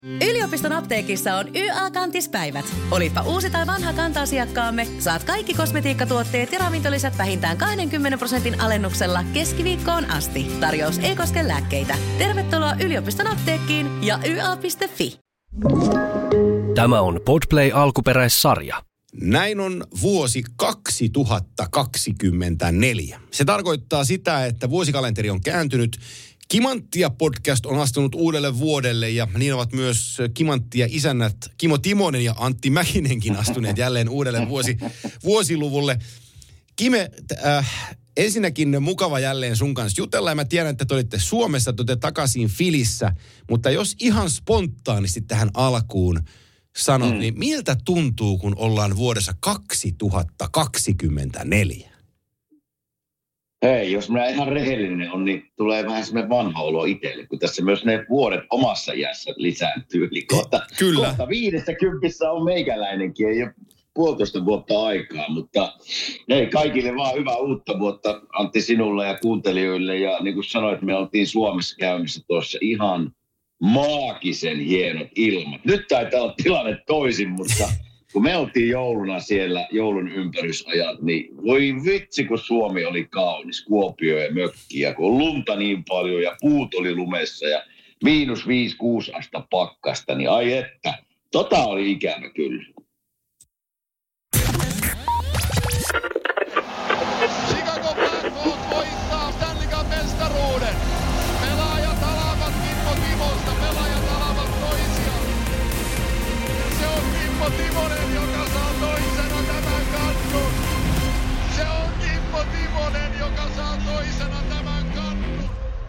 Yliopiston apteekissa on YA-kantispäivät. Olipa uusi tai vanha kanta-asiakkaamme, saat kaikki kosmetiikkatuotteet ja ravintolisät vähintään 20% alennuksella keskiviikkoon asti. Tarjous ei koske lääkkeitä. Tervetuloa yliopiston apteekkiin ja YA.fi. Tämä on Podplay alkuperäissarja. Näin on vuosi 2024. Se tarkoittaa sitä, että vuosikalenteri on kääntynyt. Kimanttia podcast on astunut uudelle vuodelle ja niin ovat myös Kimanttia isännät Kimo Timonen ja Antti Mäkinenkin astuneet jälleen uudelle vuosiluvulle. Kime, ensinnäkin mukava jälleen sun kanssa jutella ja mä tiedän, että te olitte Suomessa, te olette takaisin Filissä, mutta jos ihan spontaanisti tähän alkuun sanot, niin miltä tuntuu, kun ollaan vuodessa 2024? Hei, jos minä ihan rehellinen on, niin tulee vähän semmoinen vanha olo itselle, kun tässä myös ne vuodet omassa iässä lisääntyy. Eli kohta 50 on meikäläinenkin, ei ole 1,5 vuotta aikaa, mutta hei, kaikille vaan hyvää uutta vuotta, Antti, sinulle ja kuuntelijoille. Ja niin kuin sanoit, me oltiin Suomessa käynnissä tuossa ihan maagisen hienot ilmat. Nyt taitaa olla tilanne toisin, mutta kun me oltiin jouluna siellä, joulun ympärysajat, niin voi vitsi, kun Suomi oli kaunis, Kuopio ja mökki, ja kun on lunta niin paljon ja puut oli lumessa ja -5-6 astetta pakkasta, niin ai että, oli ikävä kyllä. Chicago Blackhawks voittaa Stanley Cup -mestaruuden. Pelaajat alavat Kimmo Timosta, pelaajat alavat toisiaan. Se on Kimmo Timonen, joka saa toisena tämän kannun. Se on Kimmo Timonen, joka saa toisena tämän kannun.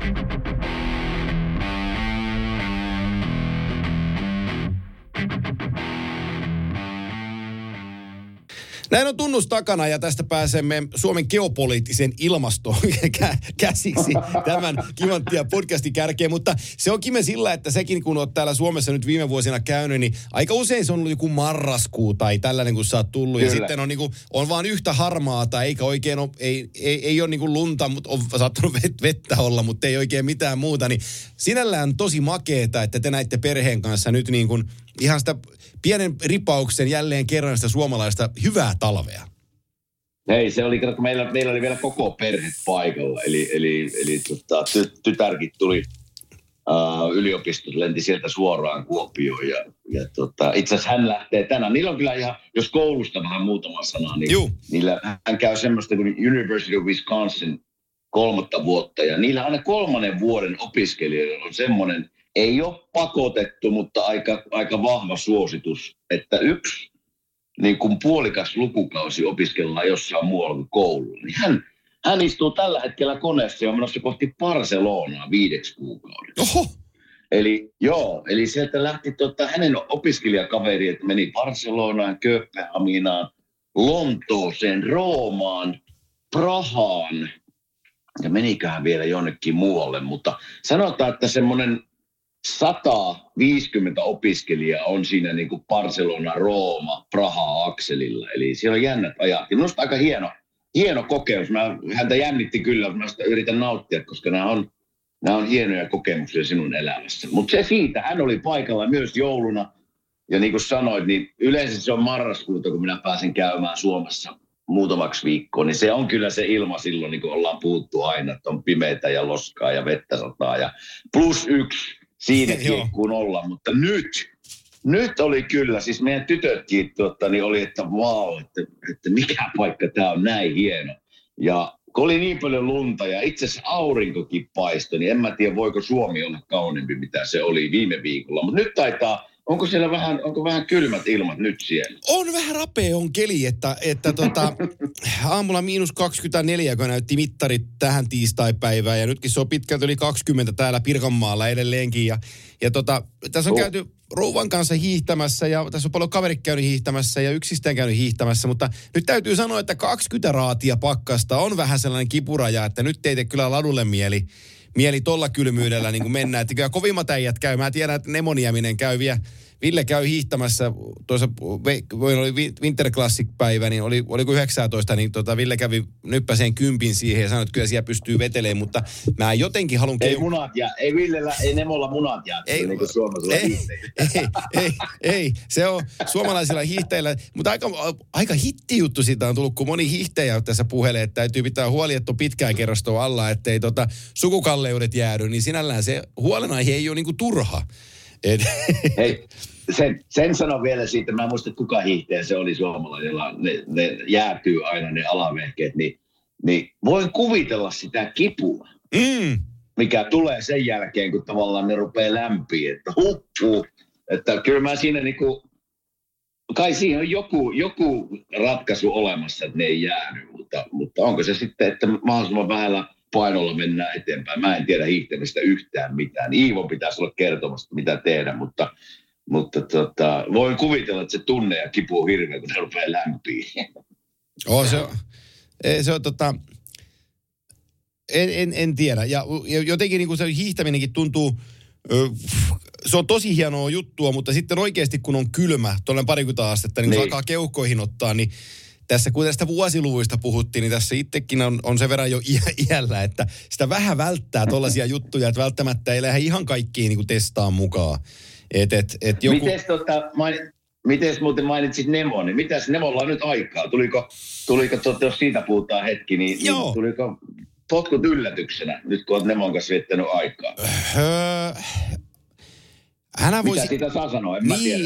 Näin on tunnus takana ja tästä pääsemme Suomen geopoliittisen ilmastoon käsiksi tämän Kimanttia podcastin kärkeen. Mutta se on Kime sillä, että sekin kun olet täällä Suomessa nyt viime vuosina käynyt, niin aika usein se on ollut joku marraskuu tai tällainen kun sä oot tullut. Kyllä. Ja sitten on, niinku, on vaan yhtä harmaata, eikä oikein ole, ei ole niinku lunta, mutta on saattanut vettä olla, mutta ei oikein mitään muuta. Niin sinällään tosi makeeta, että te näitte perheen kanssa nyt niin kuin ihan sitä pienen ripauksen jälleen kerran sitä suomalaista hyvää talvea. Hei, se oli, kun meillä oli vielä koko perhe paikalla, eli tytärkin tuli yliopistosta, lenti sieltä suoraan Kuopioon ja itse asiassa hän lähtee tänään. Niillä on kyllä ihan, jos koulusta vähän muutama sana, niin hän käy semmoista kuin University of Wisconsin 3. vuotta ja niillä aina 3. vuoden opiskelijoilla on semmoinen, ei ole pakotettu, mutta aika vahva suositus, että yksi niin kuin puolikas lukukausi opiskellaan jossain muualla kuin koululla. Niin hän istuu tällä hetkellä koneessa ja on menossa kohti Barcelonaa 5 kuukaudessa. Oho! Eli sieltä lähti hänen opiskelijakaveri, että meni Barcelonaan, Kööpenhaminaan, Lontooseen, Roomaan, Prahaan ja meniköhän vielä jonnekin muualle, mutta sanotaan, että semmoinen 150 opiskelijaa on siinä niin kuin Barcelona, Rooma, Praha akselilla. Eli siellä on jännät ajat. Ja minusta aika hieno kokemus. Häntä jännitti kyllä, mutta mä sitä yritän nauttia, koska nämä on hienoja kokemuksia sinun elämässä. Mutta se siitä, hän oli paikalla myös jouluna. Ja niin kuin sanoit, niin yleensä se on marraskuuta, kun minä pääsen käymään Suomessa muutamaksi viikkoon. Niin se on kyllä se ilma silloin, niin kuin ollaan puhuttu aina, että on pimeätä ja loskaa ja vettä sataa ja +1. Siinäkin kun olla, mutta nyt oli kyllä, siis meidän tytötkin niin oli, että vau, että mikä paikka tämä on näin hieno. Ja kun oli niin paljon lunta ja itse asiassa aurinkokin paistoi, niin en mä tiedä, voiko Suomi olla kauniimpi, mitä se oli viime viikolla. Mutta nyt onko siellä vähän kylmät ilmat nyt siellä? On vähän rapea on keli, että aamulla -24, kun näytti mittarit tähän tiistaipäivään ja nytkin se on pitkälti yli 20 täällä Pirkanmaalla edelleenkin. Ja tässä on käyty rouvan kanssa hiihtämässä ja tässä on paljon kaverit käynyt hiihtämässä ja yksistään käynyt hiihtämässä, mutta nyt täytyy sanoa, että 20 raatia pakkasta on vähän sellainen kipuraja, että nyt ei tee kyllä ladulle mieli tolla kylmyydellä niin kuin mennään. Että kyllä kovimmat äijät käy. Mä tiedän, että Nemo Nieminen käy Ville käy hiihtämässä, tuossa oli Winter Classic-päivä, niin oliko 19, niin Ville kävi nyppäseen 10 siihen ja sanoi, että kyllä siellä pystyy vetelemään, mutta mä jotenkin haluan... Ei Villellä, ei Nemolla munat jää, niin kuin suomalaisilla hiihtäjillä. Ei, se on suomalaisilla hiihtäjillä, mutta aika hittijuttu siitä on tullut, kun moni hiihtäjä tässä puhelee, että täytyy pitää huoli, että on pitkään kerrostoa alla, ettei sukukalleudet jäädy, niin sinällään se huolenaihe ei ole niinku turha. Hei, sen sanon vielä siitä, mä en muista kuka hiihtäjä se oli suomalaisilla, ne jäätyy aina ne alavehkeet, niin voin kuvitella sitä kipua, mikä tulee sen jälkeen, kun tavallaan ne rupeaa lämpiä, että huppuu. Että kyllä mä siinä niinku, kai siihen on joku ratkaisu olemassa, että ne ei jäädy, mutta onko se sitten, että mahdollisimman vähällä painolla mennään eteenpäin. Mä en tiedä hiihtämistä yhtään mitään. Iivon pitäisi olla kertomassa, mitä tehdä, mutta voin kuvitella, että se tunne ja kipu on hirveä, kun ne rupeaa lämpiä. Se on en tiedä. Ja jotenkin niin kuin se hiihtäminenkin tuntuu, se on tosi hienoa juttua, mutta sitten oikeasti kun on kylmä, tuollainen 20 astetta, niin kun alkaa keuhkoihin ottaa, niin tässä kun tästä vuosiluvuista puhuttiin, niin tässä itsekin on sen verran jo iällä, että sitä vähän välttää tollaisia juttuja, että välttämättä ei lähde ihan kaikkiin niin kuin testaa mukaan. Joku... Mites muuten mainitsit Nemo, niin mitäs Nemolla on nyt aikaa? Tuliko jos siitä puhutaan hetki, niin tuliko potkut yllätyksenä, nyt kun olet Nemon kanssa viettänyt aikaa? Mitä sitä saa sanoa, en mä tiedä.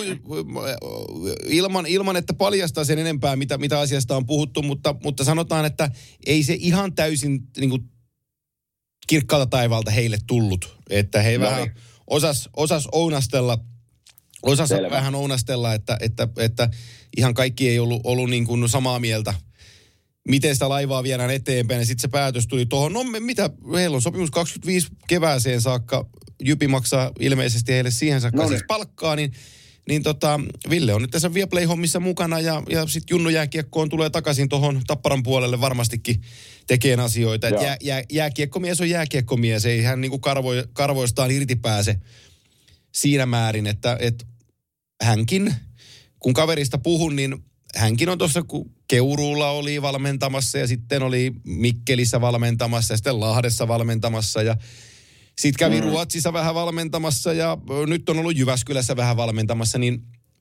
Ilman, että paljastaa sen enempää, mitä asiasta on puhuttu, mutta sanotaan, että ei se ihan täysin niin kuin kirkkaalta taivaalta heille tullut. Että he vähän osas ounastella, vähän ounastella, että ihan kaikki ei ollut niin kuin samaa mieltä, miten sitä laivaa viedään eteenpäin. Ja sitten se päätös tuli tuohon, heillä on sopimus 25 kevääseen saakka, Jypi maksaa ilmeisesti heille siihen saakka siis palkkaa, niin Ville on nyt tässä Viaplay-hommissa mukana ja sitten Junnu jääkiekkoon tulee takaisin tuohon Tapparan puolelle varmastikin tekemään asioita. Jääkiekkomies on jääkiekkomies, ei hän niinku karvoistaan irti pääse siinä määrin, että hänkin, kun kaverista puhun, niin hänkin on tuossa, kun Keuruulla oli valmentamassa ja sitten oli Mikkelissä valmentamassa ja sitten Lahdessa valmentamassa ja sitten kävi Ruotsissa vähän valmentamassa ja nyt on ollut Jyväskylässä vähän valmentamassa, niin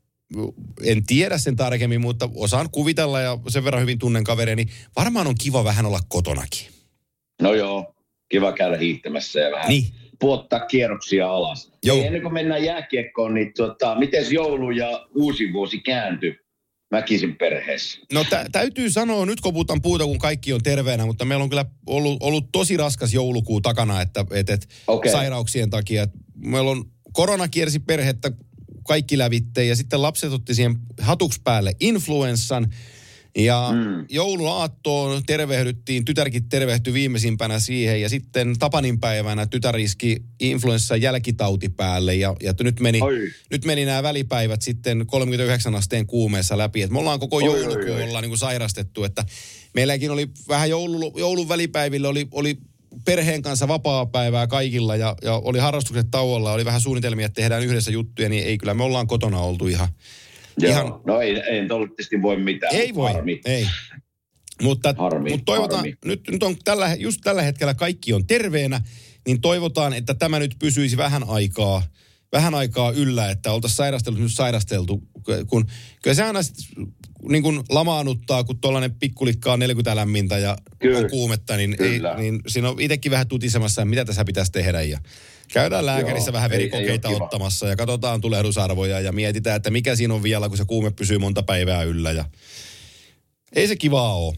en tiedä sen tarkemmin, mutta osaan kuvitella ja sen verran hyvin tunnen kavereeni. Varmaan on kiva vähän olla kotonakin. No joo, kiva käydä hiihtämässä ja vähän puottaa kierroksia alas. Ennen kuin mennään jääkiekkoon, niin miten joulu ja uusi vuosi kääntyi Mäkisen perheessä? No täytyy sanoa, nyt koputan puuta, kun kaikki on terveenä, mutta meillä on kyllä ollut tosi raskas joulukuu takana, että sairauksien takia. Meillä on korona kiersi perhettä kaikki lävitteen ja sitten lapset otti siihen hatuksi päälle influenssan. Ja jouluaattoon tervehdyttiin, tytärkin tervehtyi viimeisimpänä siihen ja sitten Tapaninpäivänä tytär iski influenssan jälkitauti päälle ja nyt meni nämä välipäivät sitten 39 asteen kuumeessa läpi. Et me ollaan koko joulukuun niin kuin sairastettu, että meilläkin oli vähän joulun välipäivillä oli perheen kanssa vapaapäivää kaikilla ja oli harrastukset tauolla, oli vähän suunnitelmia, että tehdään yhdessä juttuja, niin ei kyllä me ollaan kotona oltu ihan... No ei tietysti voi mitään. Ei voi, harmi. Ei. Mutta toivotaan, nyt on just tällä hetkellä kaikki on terveenä, niin toivotaan, että tämä nyt pysyisi vähän aikaa yllä, että oltaisiin sairasteltu. Kun kyllä se aina niin kuin lamaannuttaa, kun tuollainen pikkulikka on 40 lämmintä ja on kuumetta, niin siinä on itsekin vähän tutisemassa, mitä tässä pitäisi tehdä. Ja käydään lääkärissä vähän verikokeita ottamassa ja katsotaan tulehdusarvoja ja mietitään, että mikä siinä on vielä, kun se kuume pysyy monta päivää yllä. Ja ei se kivaa ole.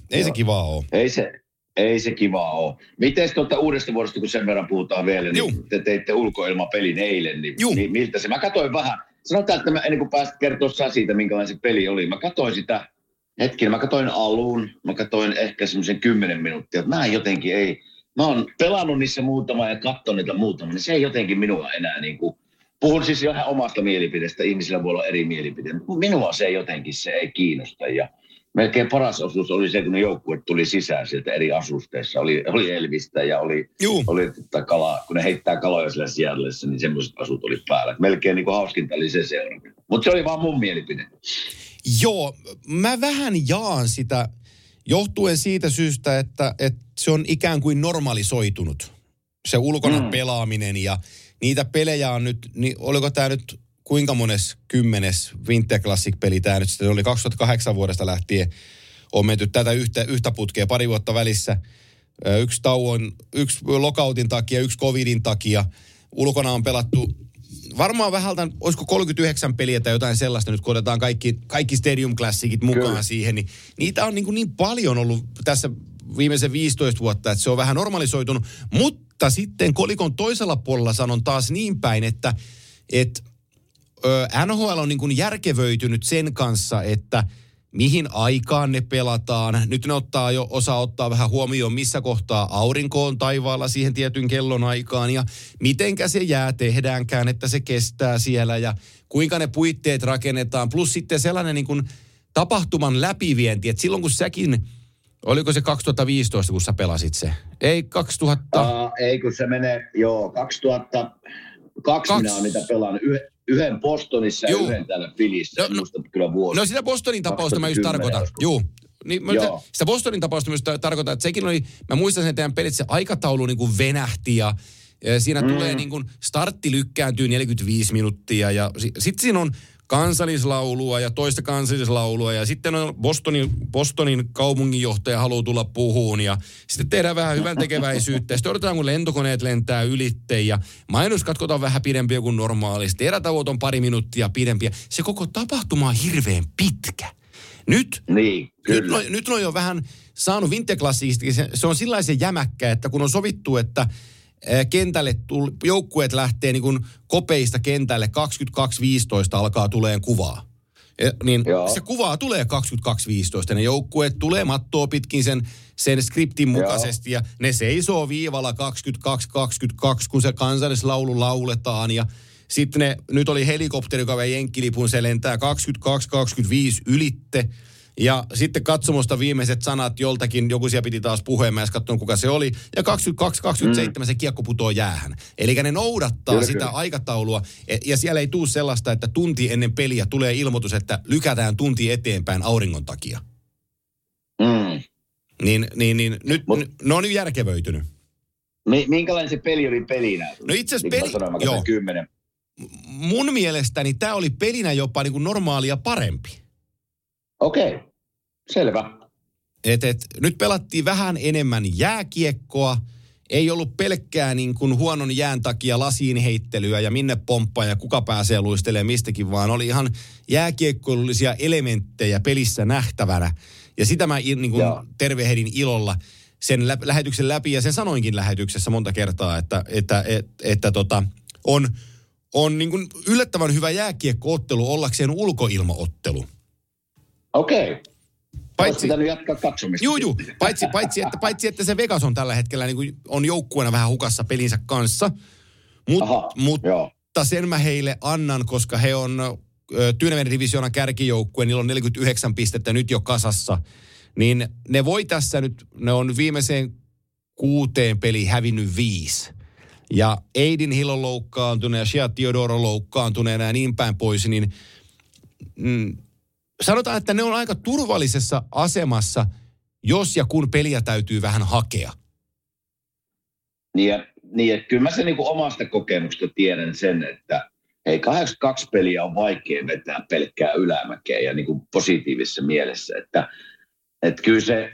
Ei se kivaa ole. Miten uudesta vuodesta, kun sen verran puhutaan vielä, niin te teitte ulkoilmapelin eilen, niin miltä se? Mä katsoin vähän. Sanotaan, että ennen kuin pääsit kertoa siitä, minkälainen se peli oli. Mä katsoin sitä hetken. Mä katsoin alun. Mä katsoin ehkä semmoisen 10 minuuttia. Mä jotenkin mä oon pelannut niissä muutama ja katsonut niitä muutama. Niin se ei jotenkin minua enää niin kuin... Puhun siis ihan omasta mielipiteestä. Ihmisillä voi olla eri mielipiteitä. Minua se ei kiinnosta. Ja melkein paras osuus oli se, kun ne joukkueet tuli sisään sieltä eri asusteissa. Oli Elvistä ja oli kalaa, kun ne heittää kaloja siellä Seattleissa, niin semmoiset asut oli päällä. Melkein niin kuin hauskinta oli se seura. Mutta se oli vaan mun mielipide. Joo, mä vähän jaan sitä johtuen siitä syystä, että se on ikään kuin normalisoitunut. Se ulkona pelaaminen ja niitä pelejä on nyt, niin oliko tämä nyt kuinka mones 10. Winter Classic-peli tämä nyt sitten oli 2008 vuodesta lähtien. On menty tätä yhtä putkea pari vuotta välissä. Yksi lockoutin takia, yksi covidin takia. Ulkona on pelattu varmaan vähältä, olisiko 39 peliä tai jotain sellaista, nyt kun otetaan kaikki Stadium Classicit mukaan siihen, niin niitä on niin paljon ollut tässä viimeisen 15 vuotta, että se on vähän normalisoitunut. Mutta sitten kolikon toisella puolella sanon taas niin päin, että NHL on niin kuin järkevöitynyt sen kanssa, että mihin aikaan ne pelataan. Nyt ne osaa ottaa vähän huomioon, missä kohtaa aurinko on taivaalla siihen tietyn kellon aikaan ja mitenkä se jää tehdäänkään, että se kestää siellä ja kuinka ne puitteet rakennetaan. Plus sitten sellainen niin kuin tapahtuman läpivienti, että silloin kun säkin, oliko se 2015, kun sä pelasit se? Ei 2000? Ei kun se menee, 2002 minä olen niitä pelannut. Yhden Bostonissa ja yhden täällä Phillyssä. Kyllä vuosi. No sitä Bostonin tapausta mä just tarkoitan. Joo. Niin, sitä Bostonin tapausta myös tarkoitan, että sekin oli, mä muistan sen teidän pelit, se aikataulu niin kuin venähti ja siinä tulee niin kuin startti lykkääntyy 45 minuuttia ja sitten siinä on kansallislaulua ja toista kansallislaulua ja sitten on Bostonin kaupunginjohtaja haluaa tulla puhuun ja sitten tehdään vähän hyvän tekeväisyyttä ja sitten odotetaan kun lentokoneet lentää ylitse ja mainoskatkot on vähän pidempiä kuin normaalisti, erätauot on pari minuuttia pidempiä. Se koko tapahtuma on hirveän pitkä. Nyt on jo vähän saanut Winter Classicista, se on sellaisen jämäkkä, että kun on sovittu, että kentälle joukkueet lähtee niin kuin kopeista kentälle 22.15 alkaa tuleen kuvaa. Niin se kuvaa tulee 22.15. Ne joukkueet tulee mattoa pitkin sen skriptin mukaisesti ja ne seisoo viivalla 22.22, kun se kansallislaulu lauletaan ja sitten nyt oli helikopteri, joka vei jenkkilipun, se lentää 22.25 ylitte. Ja sitten katsomosta viimeiset sanat joltakin, joku siellä piti taas puheen, mä katsoin kuka se oli. Ja 22.27 se kiekko putoo jäähän. Eli ne noudattaa sitä aikataulua. Ja siellä ei tule sellaista, että tunti ennen peliä tulee ilmoitus, että lykätään tunti eteenpäin auringon takia. Niin nyt ne on nyt järkevöitynyt. Minkälainen se peli oli pelinä? No itse asiassa joo. 10. Mun mielestäni tämä oli pelinä jopa niin kuin normaalia parempi. Okei, selvä. Nyt pelattiin vähän enemmän jääkiekkoa. Ei ollut pelkkää niin kuin huonon jään takia lasiin heittelyä ja minne pomppaa ja kuka pääsee luistelemaan mistäkin, vaan oli ihan jääkiekkoilullisia elementtejä pelissä nähtävänä. Ja sitä mä niin kuin tervehdin ilolla sen lähetyksen läpi ja sen sanoinkin lähetyksessä monta kertaa, että on niin kuin yllättävän hyvä jääkiekkoottelu ollakseen ulkoilmaottelu. Okei. Paitsi pitänyt jatkaa katsomista. Juu. Paitsi että se Vegas on tällä hetkellä niin kuin on joukkueena vähän hukassa pelinsä kanssa. Mutta sen mä heille annan, koska he on Tyynemeren divisioonan kärkijoukkue, niillä on 49 pistettä nyt jo kasassa. Niin ne voi tässä nyt, ne on viimeiseen 6 peliin hävinnyt 5. Ja Aiden Hill on loukkaantunut ja Shea Theodore on loukkaantuneena ja niin päin pois, niin sanotaan, että ne on aika turvallisessa asemassa, jos ja kun peliä täytyy vähän hakea. Niin, että kyllä mä sen niin kuin omasta kokemuksesta tiedän sen, että 82 peliä on vaikea vetää pelkkää ylämäkeä ja niin kuin positiivisessa mielessä, että kyllä se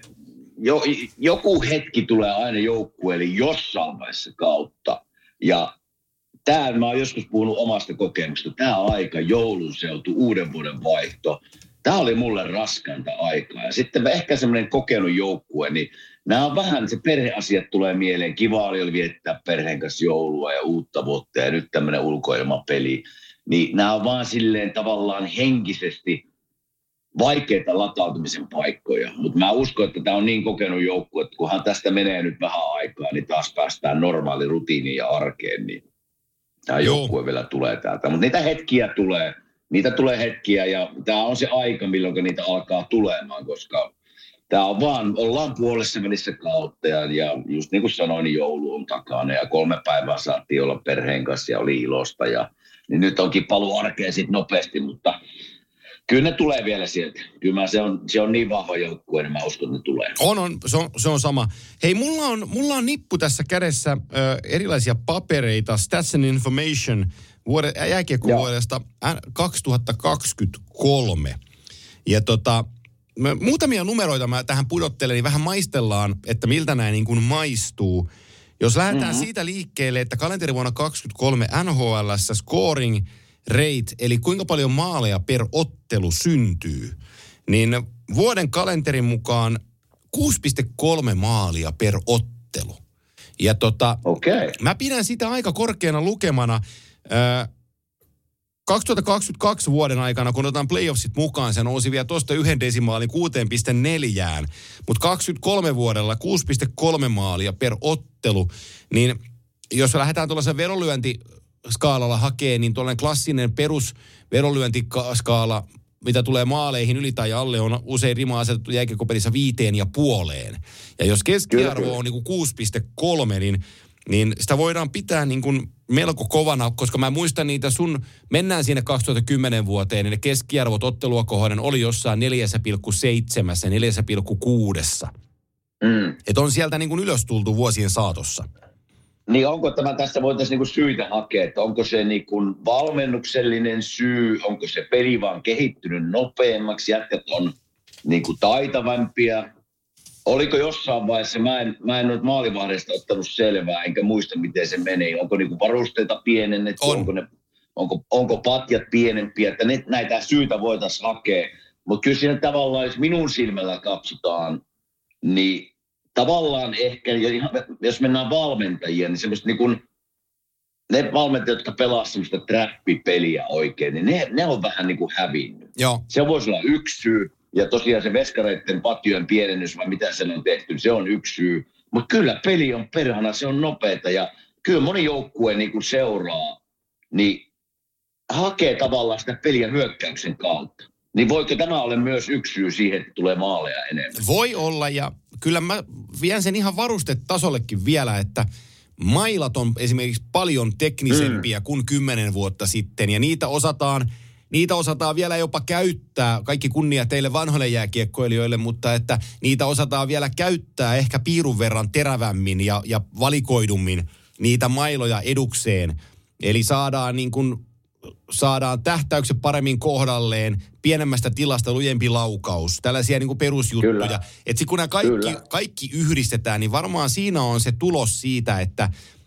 joku hetki tulee aina joukkueelle jossain vaiheessa kautta. Ja tämä, mä oon joskus puhunut omasta kokemuksesta, tämä aika, joulun seutu, uuden vuoden vaihto, tämä oli mulle raskanta aikaa. Ja sitten ehkä semmoinen kokenut joukkue, niin nämä on vähän, se perheasiat tulee mieleen. Kiva oli viettää perheen kanssa joulua ja uutta vuotta ja nyt tämmöinen ulkoilmapeli. Niin nämä on vaan silleen tavallaan henkisesti vaikeita latautumisen paikkoja. Mutta mä uskon, että tämä on niin kokenut joukkue, että kunhan tästä menee nyt vähän aikaa, niin taas päästään normaali rutiiniin ja arkeen, niin tämä joukkue vielä tulee täältä. Mutta niitä hetkiä tulee, niitä tulee hetkiä ja tämä on se aika, milloin niitä alkaa tulemaan, koska tämä on vaan, ollaan puolessa välissä kautta ja just niin kuin sanoin, niin joulu on takana ja 3 päivää saatiin olla perheen kanssa ja oli ilosta ja niin nyt onkin paluu arkeen sitten nopeasti, mutta kyllä ne tulee vielä sieltä. Kyllä se on niin vahva joukkue, niin mä uskon, että ne tulee. Se on sama. Hei, mulla on nippu tässä kädessä erilaisia papereita, Stats and Information jääkiekkovuodesta 2023. Ja muutamia numeroita mä tähän pudottelen, niin vähän maistellaan, että miltä nämä niin kuin maistuu. Jos lähdetään siitä liikkeelle, että kalenterivuonna 2023 NHL:ssä scoring rate, eli kuinka paljon maaleja per ottelu syntyy, niin vuoden kalenterin mukaan 6,3 maalia per ottelu. Ja mä pidän sitä aika korkeana lukemana. 2022 vuoden aikana, kun otetaan playoffsit mukaan, se nousi vielä tuosta 1 desimaalin 6,4. Mutta 23 vuodella 6,3 maalia per ottelu. Niin jos lähdetään tuollaisen vedonlyöntiskaalalla hakemaan, niin tuollainen klassinen perusvedonlyöntiskaala, mitä tulee maaleihin yli tai alle, on usein rima asetettu jääkiekkopelissä 5,5. Ja jos keskiarvo on niin kuin 6,3, niin sitä voidaan pitää niin kuin melko kovana, koska mä muistan niitä mennään sinne 2010 vuoteen, niin ne keskiarvot ottelua kohden oli jossain 4,7, 4,6. Että on sieltä niin kuin ylös tultu vuosien saatossa. Niin onko tämä, tässä voitaisiin niin kuin syitä hakea, että onko se niin kuin valmennuksellinen syy, onko se peli vaan kehittynyt nopeammaksi, jätkät on niin kuin taitavampia. Oliko jossain vaiheessa, mä en ole maalivahdeista ottanut selvää, enkä muista miten se menee. Onko niinku varusteita pienennetty, onko patjat pienempiä, että näitä syitä voitaisiin hakea. Mutta kyllä siinä tavallaan, jos minun silmällä katsotaan, niin tavallaan ehkä, jos mennään valmentajia, niin semmoista niin kuin, ne valmentajat, jotka pelaa semmoista trappipeliä oikein, niin ne on vähän niin kuin hävinnyt. Joo. Se voisi olla yksi syy. Ja tosiaan se veskareiden patjojen pienennys, vai mitä sen on tehty, se on yksi syy. Mutta kyllä peli on perhana, se on nopeata ja kyllä moni joukkue niin kun seuraa, niin hakee tavallaan sitä peliä hyökkäyksen kautta. Niin voiko tämä olla myös yksi syy siihen, että tulee maaleja enemmän? Voi olla ja kyllä mä vien sen ihan varustetasollekin vielä, että mailat on esimerkiksi paljon teknisempiä kuin 10 vuotta sitten ja niitä osataan vielä jopa käyttää, kaikki kunnia teille vanhoille jääkiekkoilijoille, mutta että niitä osataan vielä käyttää ehkä piirun verran terävämmin ja valikoidummin niitä mailoja edukseen. Eli saadaan tähtäykset paremmin kohdalleen, pienemmästä tilasta lujempi laukaus, tällaisia niin kuin perusjuttuja. Että sitten kun nämä kaikki yhdistetään, niin varmaan siinä on se tulos siitä, että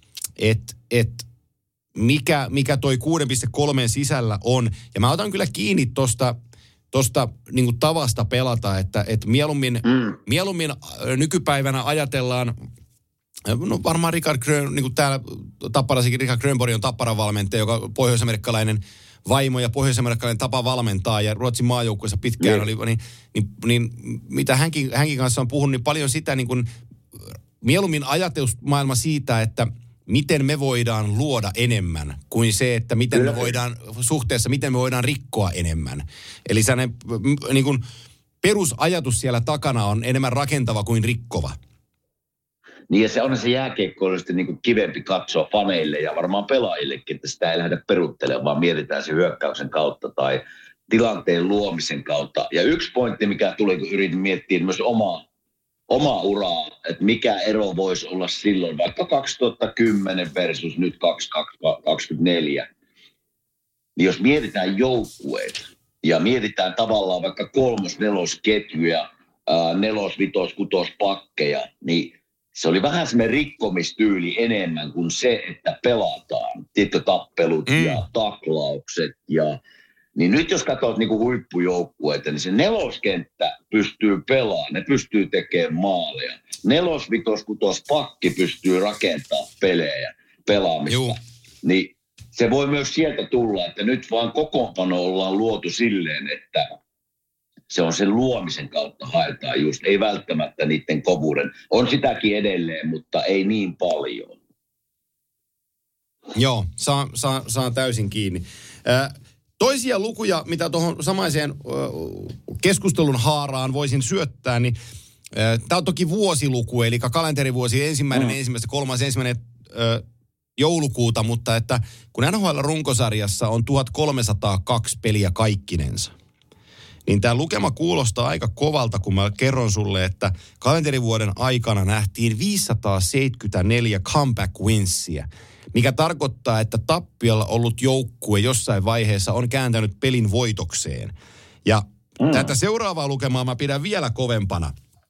mikä toi 6,3 sisällä on. Ja mä otan kyllä kiinni tosta niin kuin tavasta pelata, että mieluummin nykypäivänä ajatellaan, no varmaan Richard Grön, niin kuin täällä Tapparassakin Richard Grönborg on Tapparan valmentaja, joka pohjois-amerikkalainen vaimo ja pohjois-amerikkalainen tapa valmentaa ja Ruotsin maajoukkueessa pitkään oli, niin mitä hänkin kanssa on puhunut, niin paljon sitä niin kuin mieluummin ajatusmaailma siitä, että miten me voidaan luoda enemmän kuin se, että miten me voidaan rikkoa enemmän. Eli sellainen niin kuin perusajatus siellä takana on enemmän rakentava kuin rikkova. Niin ja se on se jääkiekkoillisesti niin kuin kivempi katsoa faneille ja varmaan pelaajillekin, että sitä ei lähdetä peruuttelemaan, vaan mietitään se hyökkäyksen kautta tai tilanteen luomisen kautta. Ja yksi pointti, mikä tuli, kun yritin miettiä myös omaa uraa, että mikä ero voisi olla silloin, vaikka 2010 versus nyt 2024. Niin jos mietitään joukkueita ja mietitään tavallaan vaikka 3-4 ketjuja, 4, 5, 6 pakkeja, niin se oli vähän semmoinen rikkomistyyli enemmän kuin se, että pelataan. Tiedätkö, tappelut ja taklaukset ja niin nyt jos katsot niinku huippujoukkueita, niin se 4 pystyy pelaamaan, ne pystyy tekemään maaleja. 4, 5, 6 pakki pystyy rakentamaan pelejä, pelaamista. Juu. Niin se voi myös sieltä tulla, että nyt vaan kokoonpano ollaan luotu silleen, että se on sen luomisen kautta haetaan just, ei välttämättä niiden kovuuden. On sitäkin edelleen, mutta ei niin paljon. Joo, saa täysin kiinni. toisia lukuja, mitä tuohon samaiseen keskustelun haaraan voisin syöttää, niin tämä on toki vuosiluku, eli kalenterivuosi ensimmäistä 3. joulukuuta, mutta että kun NHL-runkosarjassa on 1302 peliä kaikkinensa, niin tämä lukema kuulostaa aika kovalta, kun mä kerron sulle, että kalenterivuoden aikana nähtiin 574 comeback winsia, mikä tarkoittaa, että tappiolla ollut joukkue jossain vaiheessa on kääntänyt pelin voitokseen. Ja tätä seuraavaa lukemaa mä pidän vielä kovempana.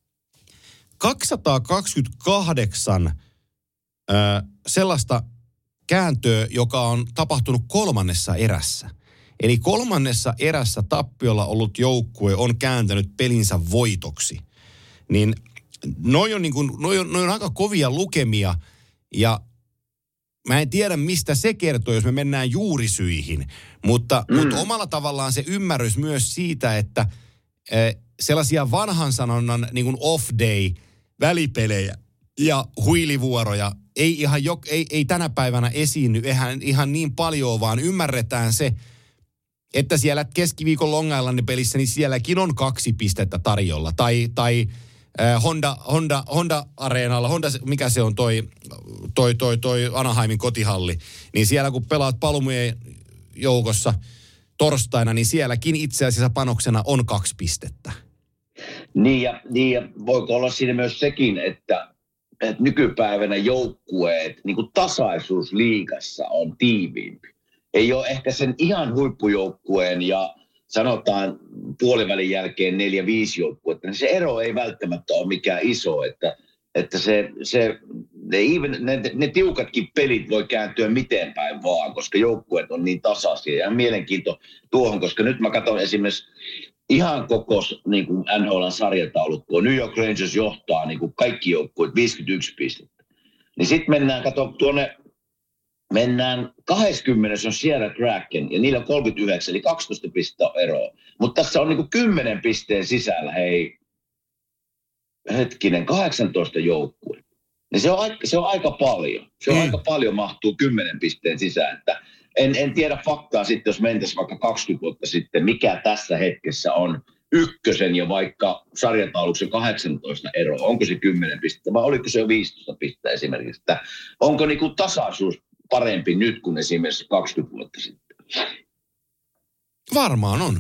228 sellaista kääntöä, joka on tapahtunut 3. erässä. Eli 3. erässä tappiolla ollut joukkue on kääntänyt pelinsä voitoksi. Niin noi on aika kovia lukemia ja mä en tiedä, mistä se kertoo, jos me mennään juurisyihin. Mutta omalla tavallaan se ymmärrys myös siitä, että sellaisia vanhan sanonnan niin kuin off-day välipelejä ja huilivuoroja ei tänä päivänä esiinny ihan niin paljon, vaan ymmärretään se, että siellä keskiviikon Long Islandin pelissä, niin sielläkin on 2 pistettä tarjolla. Tai Honda-areenalla, mikä se on toi Anaheimin kotihalli, niin siellä kun pelaat Palmujen joukossa torstaina, niin sielläkin itse asiassa panoksena on 2 pistettä. Niin ja voiko olla siinä myös sekin, että nykypäivänä joukkueet, niin kuin tasaisuus liigassa on tiiviimpi. Ei ole ehkä sen ihan huippujoukkueen ja sanotaan puolivälin jälkeen 4-5 joukkuetta, niin se ero ei välttämättä ole mikään iso, että ne tiukatkin pelit voi kääntyä miten päin vaan, koska joukkueet on niin tasaisia. Ja mielenkiinto tuohon, koska nyt mä katson esimerkiksi ihan koko niin kuin NHL:n sarjataulukkoa. New York Rangers johtaa niin kuin kaikki joukkueet 51 pistettä. Niin sitten mennään 20. on Sierra Kraken ja niillä on 39, eli 12 pistettä eroa. Mutta tässä on niin kuin 10 pisteen sisällä, 18 joukkue. Niin se on aika paljon. Se on aika paljon mahtuu 10 pisteen sisään. Että en tiedä faktaa sitten, jos mentäisiin vaikka 20 vuotta sitten, mikä tässä hetkessä on ykkösen ja vaikka sarjatauluksen 18 eroa. Onko se 10 pistettä vai oliko se jo 15 pistettä esimerkiksi? Että onko niin kuin tasaisuus parempi nyt kuin esimerkiksi 20 vuotta sitten? Varmaan on.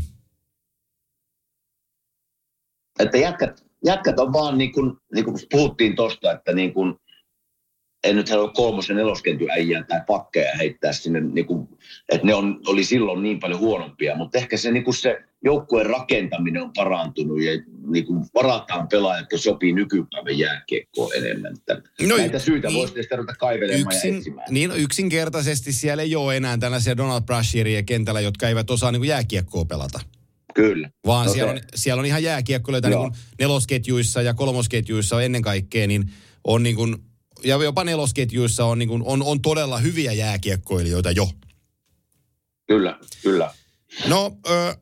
Että jätkät on vaan niin kuin puhuttiin tosta, että niin kuin, en nyt halua 3. ja 4. kentyn äijää tai pakkeja heittää sinne, niin kuin, että ne oli silloin niin paljon huonompia, mutta ehkä se, niin kuin se joukkueen rakentaminen on parantunut ja niin kuin varataan pelaajat, jotka sopii nykypäivän jääkiekkoon enemmän. Näitä syitä voisi tietysti ruveta kaivelemaan ja etsimään. Niin yksinkertaisesti siellä ei ole enää tällaisia Donald Brasheria kentällä, jotka eivät osaa niin kuin jääkiekkoa pelata. Kyllä. Vaan siellä on ihan jääkiekkoilijoita niin kuin 4-ketjuissa ja 3-ketjuissa ennen kaikkea, niin on niin kuin, ja jopa 4-ketjuissa on, niin kuin, on todella hyviä jääkiekkoilijoita jo. Kyllä. No,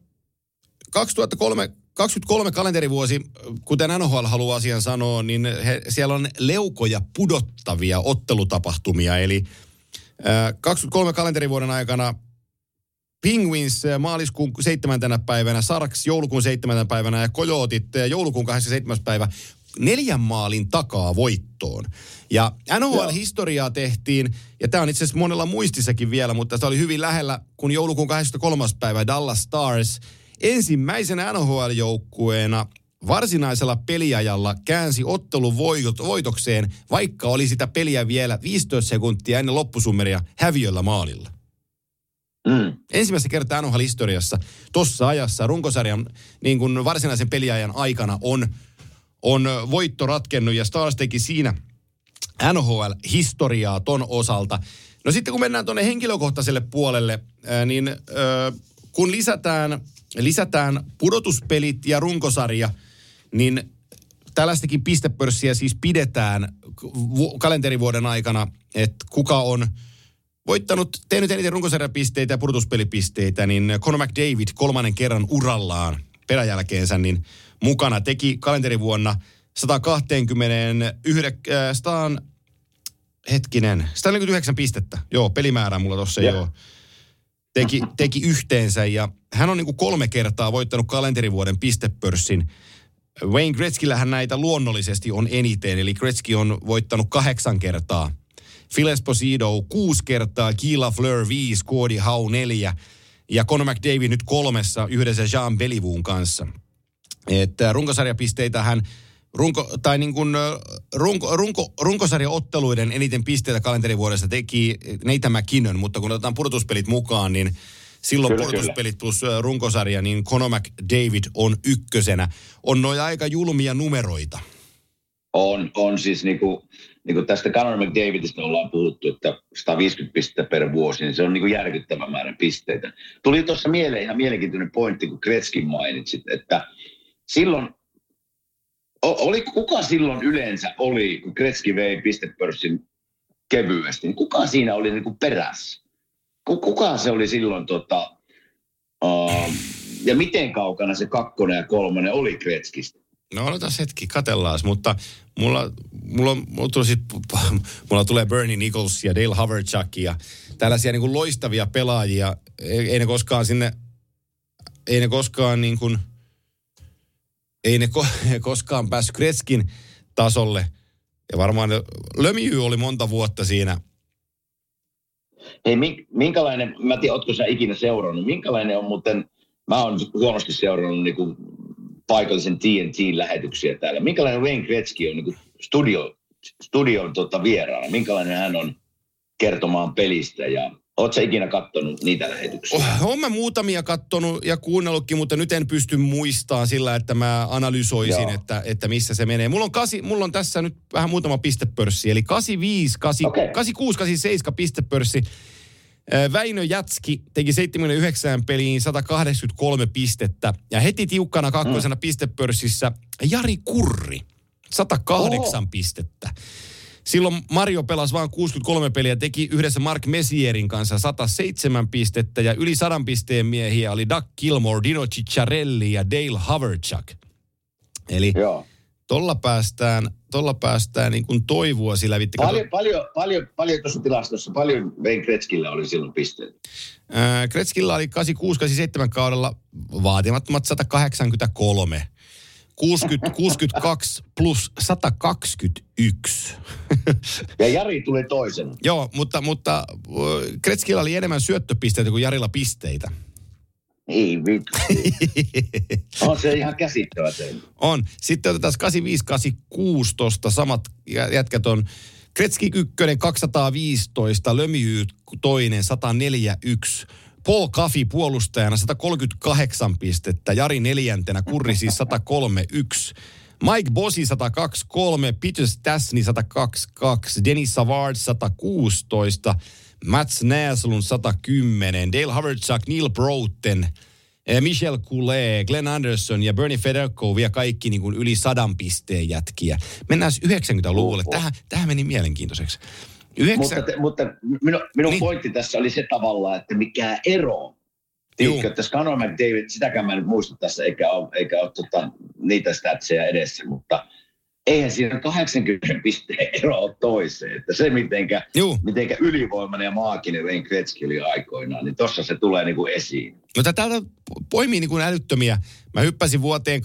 2023 kalenterivuosi, kuten NHL haluaa asian sanoa, niin siellä on leukoja pudottavia ottelutapahtumia. Eli 23 kalenterivuoden aikana Penguins maaliskuun 7. päivänä, Sharks joulukuun 7. päivänä ja Coyotit joulukuun 27. päivä 4 maalin takaa voittoon. Ja NHL-historiaa tehtiin, ja tämä on itse asiassa monella muistissakin vielä, mutta se oli hyvin lähellä, kun joulukuun 23. päivä Dallas Stars ensimmäisenä NHL-joukkueena varsinaisella peliajalla käänsi ottelun voitokseen, vaikka oli sitä peliä vielä 15 sekuntia ennen loppusummeria häviöllä maalilla. Ensimmäistä kertaa NHL-historiassa tuossa ajassa runkosarjan niin kuin varsinaisen peliajan aikana on voitto ratkennut ja Stars teki siinä NHL-historiaa ton osalta. No sitten kun mennään tuonne henkilökohtaiselle puolelle, niin kun lisätään pudotuspelit ja runkosarja, niin tällaistakin pistepörssiä siis pidetään kalenterivuoden aikana, että kuka on tehnyt eniten runkosarjapisteitä ja pudotuspelipisteitä, niin Connor McDavid 3. kerran urallaan peräjälkeensä niin mukana teki kalenterivuonna 149 pistettä. Joo, pelimäärä mulla tossa ei ole. teki yhteensä. Ja hän on niin kuin 3 kertaa voittanut kalenterivuoden pistepörssin. Wayne Gretzkyllähän näitä luonnollisesti on eniten, eli Gretzky on voittanut 8 kertaa. Phil Esposito 6 kertaa, Guy Lafleur 5, Gordie Howe 4 ja Conor McDavid nyt 3 yhdessä Jean Béliveun kanssa. Että runkosarjapisteitä hän, runkosarjaotteluiden eniten pisteitä kalenterivuodessa teki Nathan McKinnon, mutta kun otetaan pudotuspelit mukaan, niin silloin pudotuspelit plus runkosarja, niin Conor McDavid on ykkösenä. On noja aika julmia numeroita. On siis niin kuin tästä Conor McDavidista ollaan puhuttu, että 150 pistettä per vuosi, niin se on niin kuin järkyttävä määrä pisteitä. Tuli tuossa mieleen ihan mielenkiintoinen pointti, kun Gretzkin mainitsit, että silloin, kuka silloin yleensä oli, kun Gretzky vei pistepörssin kevyesti, niin kuka siinä oli niin kuin perässä? Kuka se oli silloin, ja miten kaukana se 2 ja 3 oli Gretzkistä? No odotas hetki, katellaas, mutta mulla tulee Bernie Nichols ja Dale Haverchuk ja tällaisia niin kuin loistavia pelaajia. Ei ne koskaan päässyt Gretzkin tasolle. Ja varmaan Lemieux oli monta vuotta siinä. Hei, minkälainen, mä en tiedä, ootko sä ikinä seurannut, minkälainen on muuten, mä oon huonosti seurannut niin kuin paikallisen TNT-lähetyksiä täällä. Minkälainen Wayne Gretzky on niin kuin studion vieraana? Minkälainen hän on kertomaan pelistä? Ja ootko sä ikinä katsonut niitä lähetyksiä? Olen mä muutamia katsonut ja kuunnellutkin, mutta nyt en pysty muistamaan sillä, että mä analysoisin, että missä se menee. Mulla on tässä nyt vähän muutama pistepörssi, eli 85, 86, 87 pistepörssi. Väinö Jätski teki 79 peliin 183 pistettä. Ja heti tiukkana kakkosena pistepörssissä Jari Kurri, 108 pistettä. Silloin Mario pelasi vain 63 peliä, teki yhdessä Mark Messierin kanssa 107 pistettä. Ja yli 100 pisteen miehiä oli Doug Gilmour, Dino Ciccarelli ja Dale Haverchuk. Eli tolla päästään niin kuin toivoa sillä. Paljon tuossa tilastossa, paljon Wayne Gretzkyllä oli silloin pisteitä? Gretzkyllä oli 86-87 kaudella vaatimattomat 183. 62 plus 121. Ja Jari tuli toisena. Joo, mutta Gretzkyllä oli enemmän syöttöpisteitä kuin Jarilla pisteitä. Ei vittu. On se ihan käsittämätön. On. Sitten otetaan 85-86 tosta. Samat jätkät on Gretzky 1, 215, Lemieux 2, 141. Paul Coffey puolustajana 138 pistettä, Jari 4, Kurri siis 103-1. Mike Bossy 123, Peter Stastny 122, Denis Savard 116, Mats Näslund 110, Dale Haverchuk, Neil Broughton, Michel Coulet, Glenn Anderson ja Bernie Federko vielä kaikki niin kuin yli 100 pisteen jätkiä. Mennään 90-luvulle. Tähän meni mielenkiintoiseksi. Mutta minun pointti tässä oli se tavalla, että mikä ero. Tiedätkö, että Conor McDavid, sitäkään mä en nyt muista tässä, eikä ole niitä statseja edessä, mutta eihän siinä 80 pisteen ero ole toiseen. Että se, mitenkä ylivoimainen ja maaginen Wayne Gretzky oli aikoinaan, niin tossa se tulee niin kuin esiin. No täältä poimii niin kuin älyttömiä. Mä hyppäsin vuoteen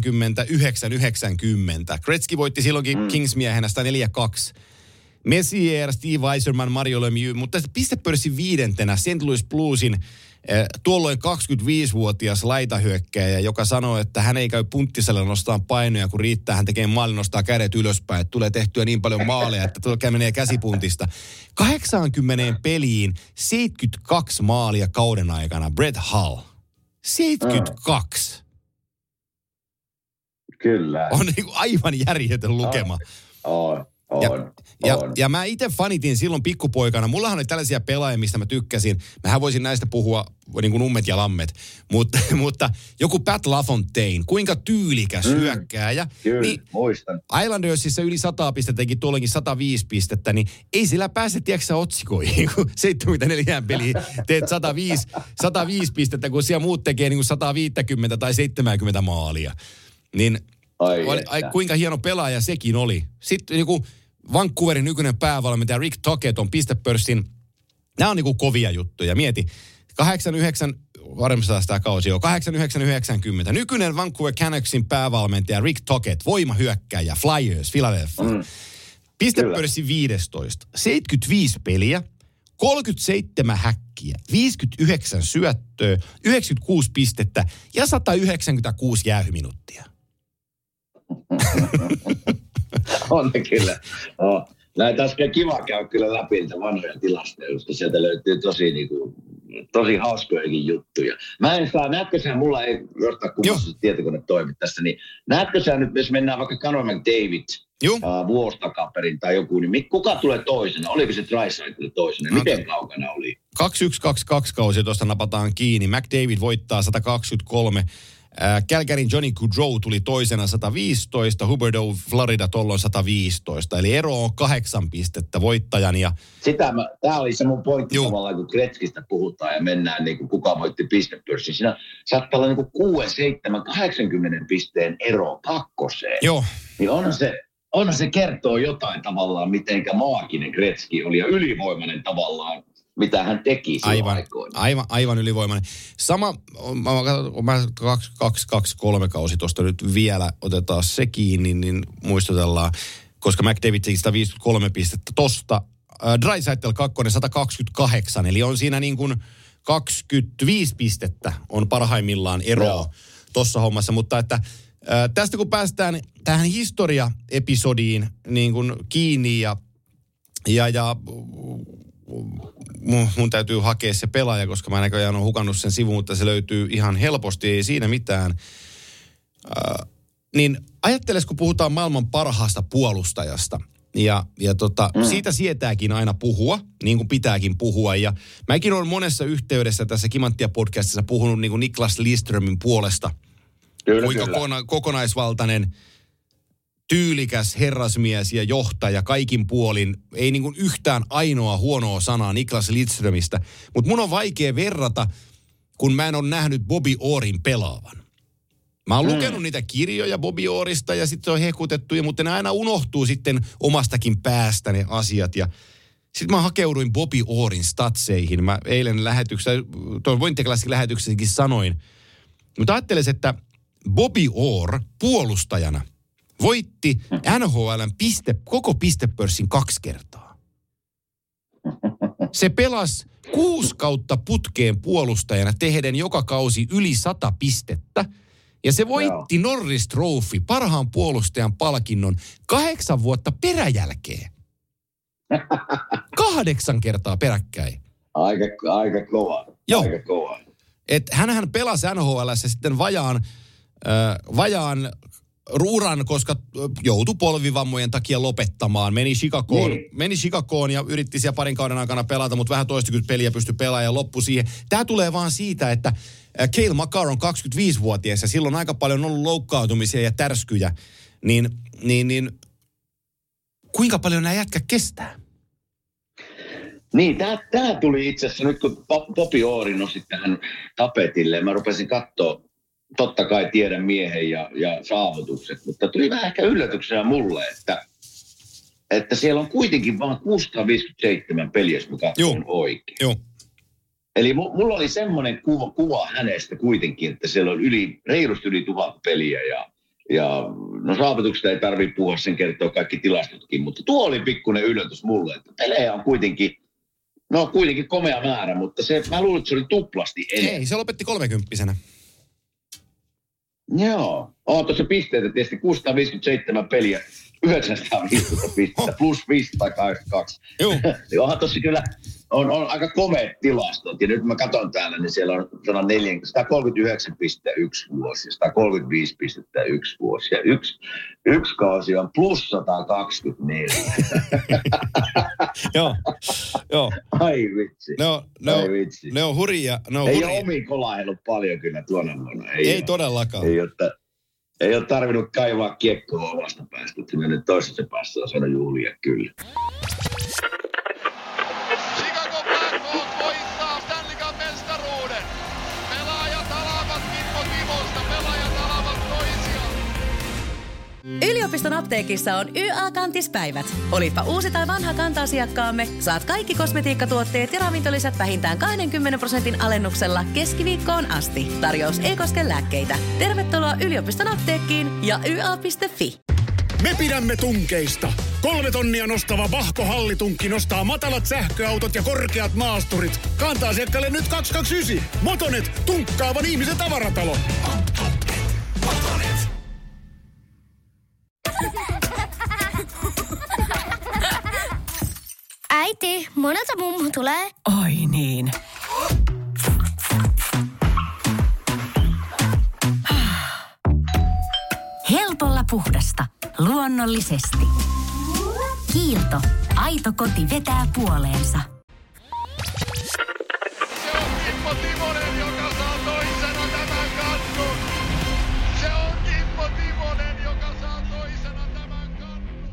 89-90. Gretzky voitti silloinkin Kings-miehenä 142. Messier, Steve Yzerman, Mario Lemieux, mutta pistepörssin 5. St. Louis Bluesin tuolloin 25-vuotias laitahyökkääjä, joka sanoo, että hän ei käy punttisella nostaa painoja, kun riittää, hän tekee maalin, nostaa kädet ylöspäin, että tulee tehtyä niin paljon maaleja, että menee käsipuntista. 80 peliin 72 maalia kauden aikana, Brett Hull. 72. Kyllä. On niin kuin aivan järjetön lukema. On. Ja mä itse fanitin silloin pikkupoikana. Mullahan oli tällaisia pelaajia, mistä mä tykkäsin. Mähän voisin näistä puhua niin kuin ummet ja lammet. Mutta joku Pat LaFontaine, kuinka tyylikäs hyökkääjä. Kyllä, niin muistan. Islandersissa yli 100 pistettä, teki tuollekin 105 pistettä, niin ei sillä pääse, tiedätkö otsikoihin, kun 74 peliä teet 105 pistettä, kun siellä muut tekee niin kuin 150 tai 70 maalia. Niin kuinka hieno pelaaja sekin oli. Sitten niin kuin Vancouverin nykyinen päävalmentaja Rick Tocchet on pistepörssin. Nämä on niin kuin kovia juttuja. Mieti, 89, varmistaa sitä kausi jo, 89-90. Nykyinen Vancouver Canucksin päävalmentaja Rick Tocchet, voimahyökkääjä, Flyers, Philadelphia. Pistepörssi 15. 75 peliä, 37 häkkiä, 59 syöttöä, 96 pistettä ja 196 jäähyminuuttia. On ne kyllä. No, näitä olisi kiva käydä kyllä läpi niitä vanhoja tilastoja, koska sieltä löytyy tosi hauskojakin juttuja. Mä en saa, näetkö sä, mulla ei jostain kuvassa tietokone toimi tässä, niin näetkö sä nyt, jos mennään vaikka Connor McDavid vuosi takaperin tai joku, niin kuka tulee toisena? Oliko se Draisaitl toisena? Miten kaukana oli? 21-22 kausi tuosta napataan kiinni. McDavid voittaa 123. Calgaryn Johnny Gaudreau tuli toisena 115, Huberdeau Florida tollon 115. Eli ero on 8 pistettä voittajan. Ja tämä oli se mun pointti tavallaan, kun Gretzkistä puhutaan ja mennään niin kuin kuka voitti pistepörssin. Siinä saattaa olla niin kuin 6, 7, 80 pisteen ero kakkoseen. Joo. Niin onhan se kertoo jotain tavallaan, mitenkä maaginen Gretzky oli ja ylivoimainen tavallaan, mitä hän teki silloin aikoina. Aivan ylivoimainen. Sama, mä 2-3 kausi tuosta nyt vielä otetaan se kiinni, niin muistutellaan, koska McDavid teki 153 pistettä tosta. Draisaitl 2, 128, eli on siinä niin kuin 25 pistettä on parhaimmillaan eroa tuossa hommassa, mutta että tästä kun päästään tähän historia-episodiin niin kuin kiinni ja mun täytyy hakea se pelaaja, koska mä näköjään olen hukannut sen sivun, mutta se löytyy ihan helposti, ei siinä mitään. Niin ajatteles, kun puhutaan maailman parhaasta puolustajasta, ja siitä sietääkin aina puhua, niin kuin pitääkin puhua. Ja mäkin olen monessa yhteydessä tässä Kimanttia-podcastissa puhunut niin kuin Niklas Lidströmin puolesta. Kuinka kokonaisvaltainen, tyylikäs herrasmies ja johtaja kaikin puolin. Ei niin kuin yhtään ainoa huonoa sanaa Niklas Lidströmistä. Mutta mun on vaikea verrata, kun mä en ole nähnyt Bobby Orrin pelaavan. Mä oon lukenut niitä kirjoja Bobby Orrista ja sitten se on hekutettu, mutta ne aina unohtuu sitten omastakin päästä ne asiat. Ja sitten mä hakeuduin Bobby Orrin statseihin. Mä eilen Vointeklassi-lähetyksessäkin sanoin. Mutta ajattelisin, että Bobby Orr puolustajana voitti NHL:n koko pistepörssin 2 kertaa. Se pelasi 6 kautta putkeen puolustajana tehden joka kausi yli 100 pistettä. Ja se voitti Norris Trophy, parhaan puolustajan palkinnon, 8 vuotta peräjälkeen. 8 kertaa peräkkäin. Aika kova. Joo. Aika kova. Hänhän pelasi NHL:ssä sitten vajaan uran, koska joutui polvivammojen takia lopettamaan. Meni Chicagoon ja yritti siellä parin kauden aikana pelata, mutta vähän toistakymmentä peliä pystyi pelaamaan ja loppui siihen. Tämä tulee vaan siitä, että Cale Makar on 25-vuotias ja silloin aika paljon ollut loukkaantumisia ja tärskyjä. Niin kuinka paljon nämä jätkä kestää? Niin, tämä tuli itse asiassa nyt, kun Bobby Orr nosti tähän tapetille. Mä rupesin katsoa, totta kai tiedän miehen ja saavutukset, mutta tuli vähän ehkä yllätyksenä mulle, että siellä on kuitenkin vain 657 peliä, mikä on oikein. Joo. Eli mulla oli semmoinen kuva hänestä kuitenkin, että siellä on reilusti yli 1000 peliä ja no saavutukset ei tarvitse puhua, sen kertoo kaikki tilastotkin, mutta tuo oli pikkuinen yllätys mulle, että pelejä on kuitenkin komea määrä, mutta mä luulen, että se oli tuplasti enemmän. Ei, se lopetti 30-vuotiaana. Joo. Tuossa pisteitä tietysti 657 peliä, 950 pistettä, plus 582. Joo. Onhan tossa kyllä, on aika komeat tilastot. Ja nyt mä katson täällä, niin siellä on 139,1 vuosi ja 135 pistettä 1 vuosi. Ja yksi kausi on plus 124. Joo. Ai vitsi. Ne on hurjia. Ei ole omiin kolaillut paljon kyllä tuona vuonna. Ei todellakaan. Ei ole tarvinnut kaivaa kiekkoa omasta päästä, että nyt toisessa päässä on saanut juhlia kyllä. Chicago Blackhawks voittaa Stanley Cup -mestaruuden. Pelaajat alavat Kimmo Timosta, pelaajat alavat toisiaan. Yliopiston apteekissa on YA-kantispäivät. Olipa uusi tai vanha kanta-asiakkaamme, saat kaikki kosmetiikkatuotteet ja ravintolisät vähintään 20% alennuksella keskiviikkoon asti. Tarjous ei koske lääkkeitä. Tervetuloa yliopiston apteekkiin ja YA.fi. Me pidämme tunkeista. 3 tonnia nostava Vahko Hallitunkki nostaa matalat sähköautot ja korkeat maasturit. Kanta-asiakkaalle nyt 229. Motonet, tunkkaavan ihmisen tavaratalo. Motonet. Äiti, monelta mummu tulee? Oi niin. Helpolla puhdasta. Luonnollisesti. Kiilto. Aito koti vetää puoleensa. Se on Kimmo Timonen, joka saa toisena tämän kannun. Se on Kimmo Timonen, joka saa toisena tämän kannun.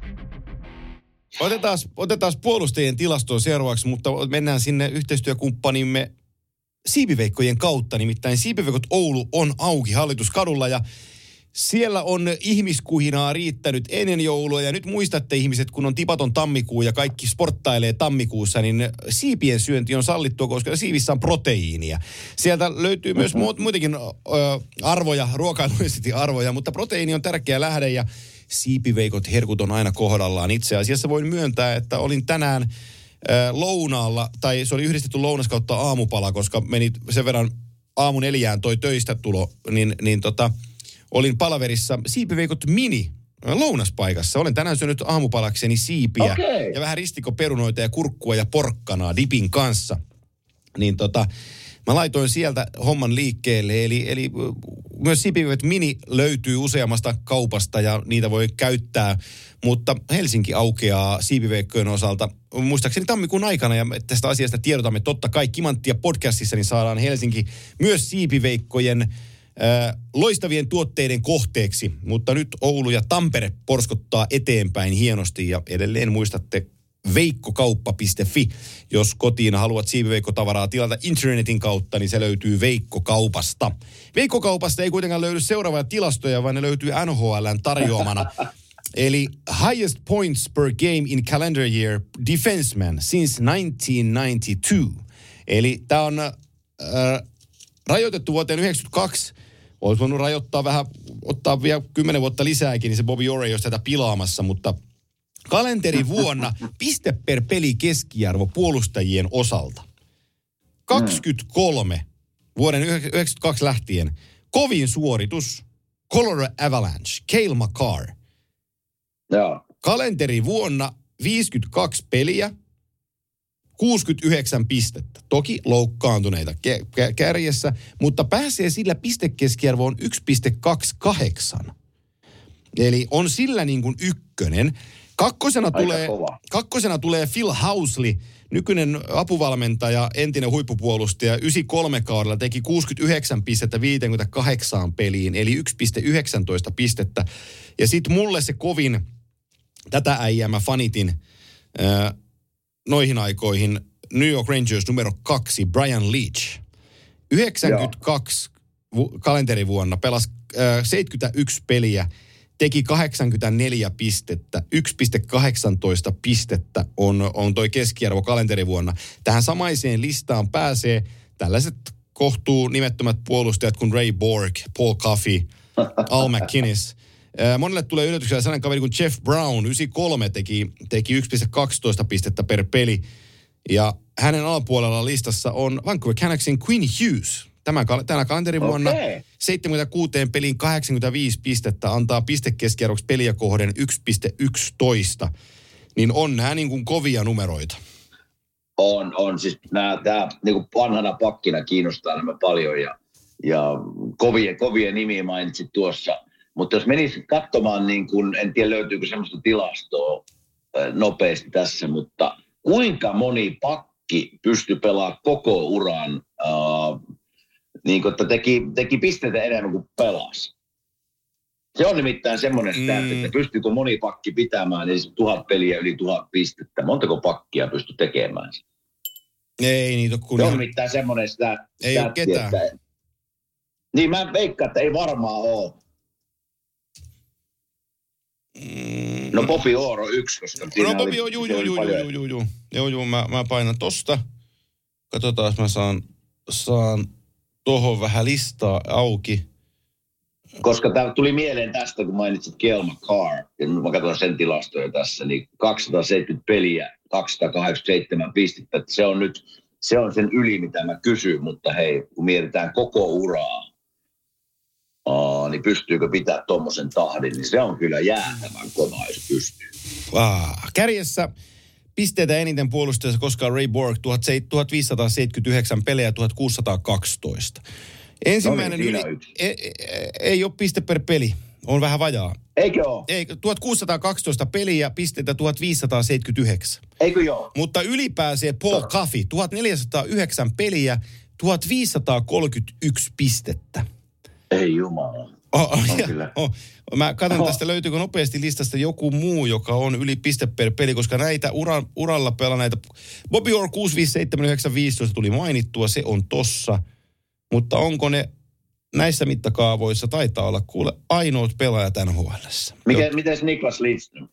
Otetaan puolustajien tilastoon seuraavaksi, mutta mennään sinne yhteistyökumppanimme Siipiveikkojen kautta. Nimittäin Siipiveikot Oulu on auki Hallituskadulla ja siellä on ihmiskuhinaa riittänyt ennen joulua ja nyt muistatte ihmiset, kun on tipaton tammikuu ja kaikki sporttailee tammikuussa, niin siipien syönti on sallittua, koska siivissä on proteiinia. Sieltä löytyy myös muitakin arvoja, ruokailullisesti arvoja, mutta proteiini on tärkeä lähde ja siipiveikot herkut on aina kohdallaan. Itse asiassa voin myöntää, että olin tänään lounaalla, tai se oli yhdistetty lounas kautta aamupala, koska meni sen verran aamu 4 toi töistä tulo, niin olin palaverissa Siipiveikot Mini lounaspaikassa. Olen tänään syönyt aamupalakseni siipiä ja vähän ristikoperunoita ja kurkkua ja porkkanaa dipin kanssa. Niin mä laitoin sieltä homman liikkeelle. Eli myös Siipiveikot Mini löytyy useammasta kaupasta ja niitä voi käyttää. Mutta Helsinki aukeaa Siipiveikkojen osalta muistaakseni tammikuun aikana ja tästä asiasta tiedotamme totta kai Kimanttia podcastissa, niin saadaan Helsinki myös Siipiveikkojen loistavien tuotteiden kohteeksi, mutta nyt Oulu ja Tampere porskottaa eteenpäin hienosti ja edelleen muistatte veikkokauppa.fi. Jos kotiin haluat siipiveikkotavaraa tilata internetin kautta, niin se löytyy Veikkokaupasta. Veikkokaupasta ei kuitenkaan löydy seuraavia tilastoja, vaan ne löytyy NHL:n tarjoamana. Eli highest points per game in calendar year defenseman since 1992. Eli tämä on rajoitettu vuoteen 1992. Olisi voinut rajoittaa vähän, ottaa vielä 10 vuotta lisääkin, niin se Bobby Orr ei ole tätä pilaamassa, mutta kalenterivuonna piste per peli keskiarvo puolustajien osalta. 23 vuoden 1992 lähtien. Kovin suoritus, Colorado Avalanche, Cale Makar. Joo. Kalenterivuonna 52 peliä, 69 pistettä. Toki loukkaantuneita kärjessä, mutta pääsee sillä pistekeskiarvoon 1,28. Eli on sillä niin kuin ykkönen. Kakkosena tulee Phil Housley, nykyinen apuvalmentaja, entinen huippupuolustaja, 93 kaudella teki 69 pistettä 58 peliin, eli 1,19 pistettä. Ja sitten mulle se kovin, tätä äijää mä fanitin, noihin aikoihin New York Rangers numero 2, Brian Leach. 92 kalenterivuonna pelasi 71 peliä, teki 84 pistettä, 1,18 pistettä on toi keskiarvo kalenterivuonna. Tähän samaiseen listaan pääsee tällaiset kohtuu nimettömät puolustajat kuin Ray Borg, Paul Coffey, Al McInnes. Monelle tulee yllätyksellä sellainen kaveri kuin Jeff Brown, 93 teki 1,12 pistettä per peli. Ja hänen alapuolella listassa on Vancouver Canucksin Quinn Hughes. Tänä kalenterivuonna 76 peliin 85 pistettä, antaa pistekeskiarvoksi peliä kohden 1,11. Niin on nämä niin kuin kovia numeroita. On. Siis tämä niin kuin vanhana pakkina kiinnostaa nämä paljon ja kovia nimiä mainitsit tuossa. Mutta jos menisi katsomaan, niin kun, en tiedä löytyykö semmoista tilastoa nopeasti tässä, mutta kuinka moni pakki pystyi pelaamaan koko uran, niin kun, että teki pisteitä enemmän kuin pelasi. Se on nimittäin semmoinen stat, että pystyykö moni pakki pitämään niin 1000 peliä yli 1000 pistettä. Montako pakkia pystyi tekemään? Ei niitä ole Se on nimittäin semmoinen stat. Ei ole ketään. Että, niin mä veikkaan, että ei varmaan ole. No Bobby Orr on 1, koska siinä no Bobby, juu. Mä painan tosta. Katsotaan, jos mä saan tohon vähän listaa auki. Koska tämä tuli mieleen tästä, kun mainitsit Cale Makar, ja mä katson sen tilastoja tässä, niin 270 peliä, 287 pistettä. Se on sen yli, mitä mä kysyn, mutta hei, kun mietitään koko uraa, niin pystyykö pitää tommosen tahdin, niin se on kyllä jäätävän kova, jos pystyy. Kärjessä pisteitä eniten puolustajassa koskaan Ray Borg, 1579 pelejä, 1612. Ensimmäinen ei ole piste per peli, on vähän vajaa. Eikö ole? Ei, 1612 peliä, pisteitä 1579. Eikö joo? Mutta yli pääsee Paul Coffey, 1409 peliä, 1531 pistettä. Ei jumala. Mä katson tästä, löytyykö nopeasti listasta joku muu, joka on yli piste per peli, koska näitä uralla pelaa näitä. Bobby Orr 657-915 tuli mainittua, se on tossa. Mutta onko ne näissä mittakaavoissa, taitaa olla kuule ainoat pelaajat NHL:ssä. Mites Niklas Lidström?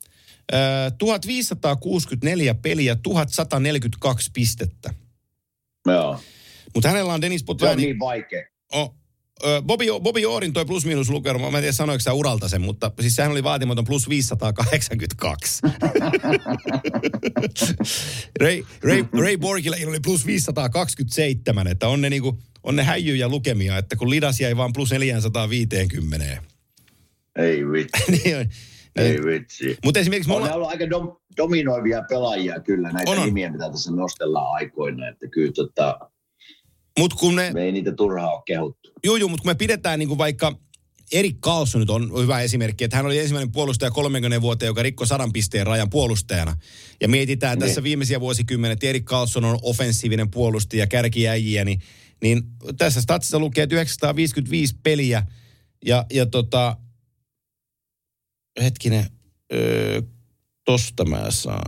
1564 peliä, 1142 pistettä. Joo. Mutta hänellä on Dennis Potvin. Se on niin vaikea. Bobby Orrin toi plus-miinus lukero, mä en tiedä sanoiko sä uralta sen, mutta siis sehän oli vaatimaton plus 582. Ray Borgilla oli plus 527, että on ne häijyjä lukemia, että kun lidas jäi vaan plus 450. Ei vitsi. Ei vitsi. Mutta esimerkiksi on ollut aika dominoivia pelaajia kyllä, näitä nimiä, mitä tässä nostellaan aikoina, että kyllä me ei niitä turhaa ole kehuttu. Joo, mutta kun me pidetään niin kuin vaikka Erik Karlsson nyt on hyvä esimerkki, että hän oli ensimmäinen puolustaja 30 vuoteen, joka rikkoi 100 pisteen rajan puolustajana. Ja mietitään tässä viimeisiä vuosikymmeniä, että Erik Karlsson on offensiivinen puolustaja, kärkiäjiä, niin tässä statsissa lukee 955 peliä ja hetkinen, tosta mä saan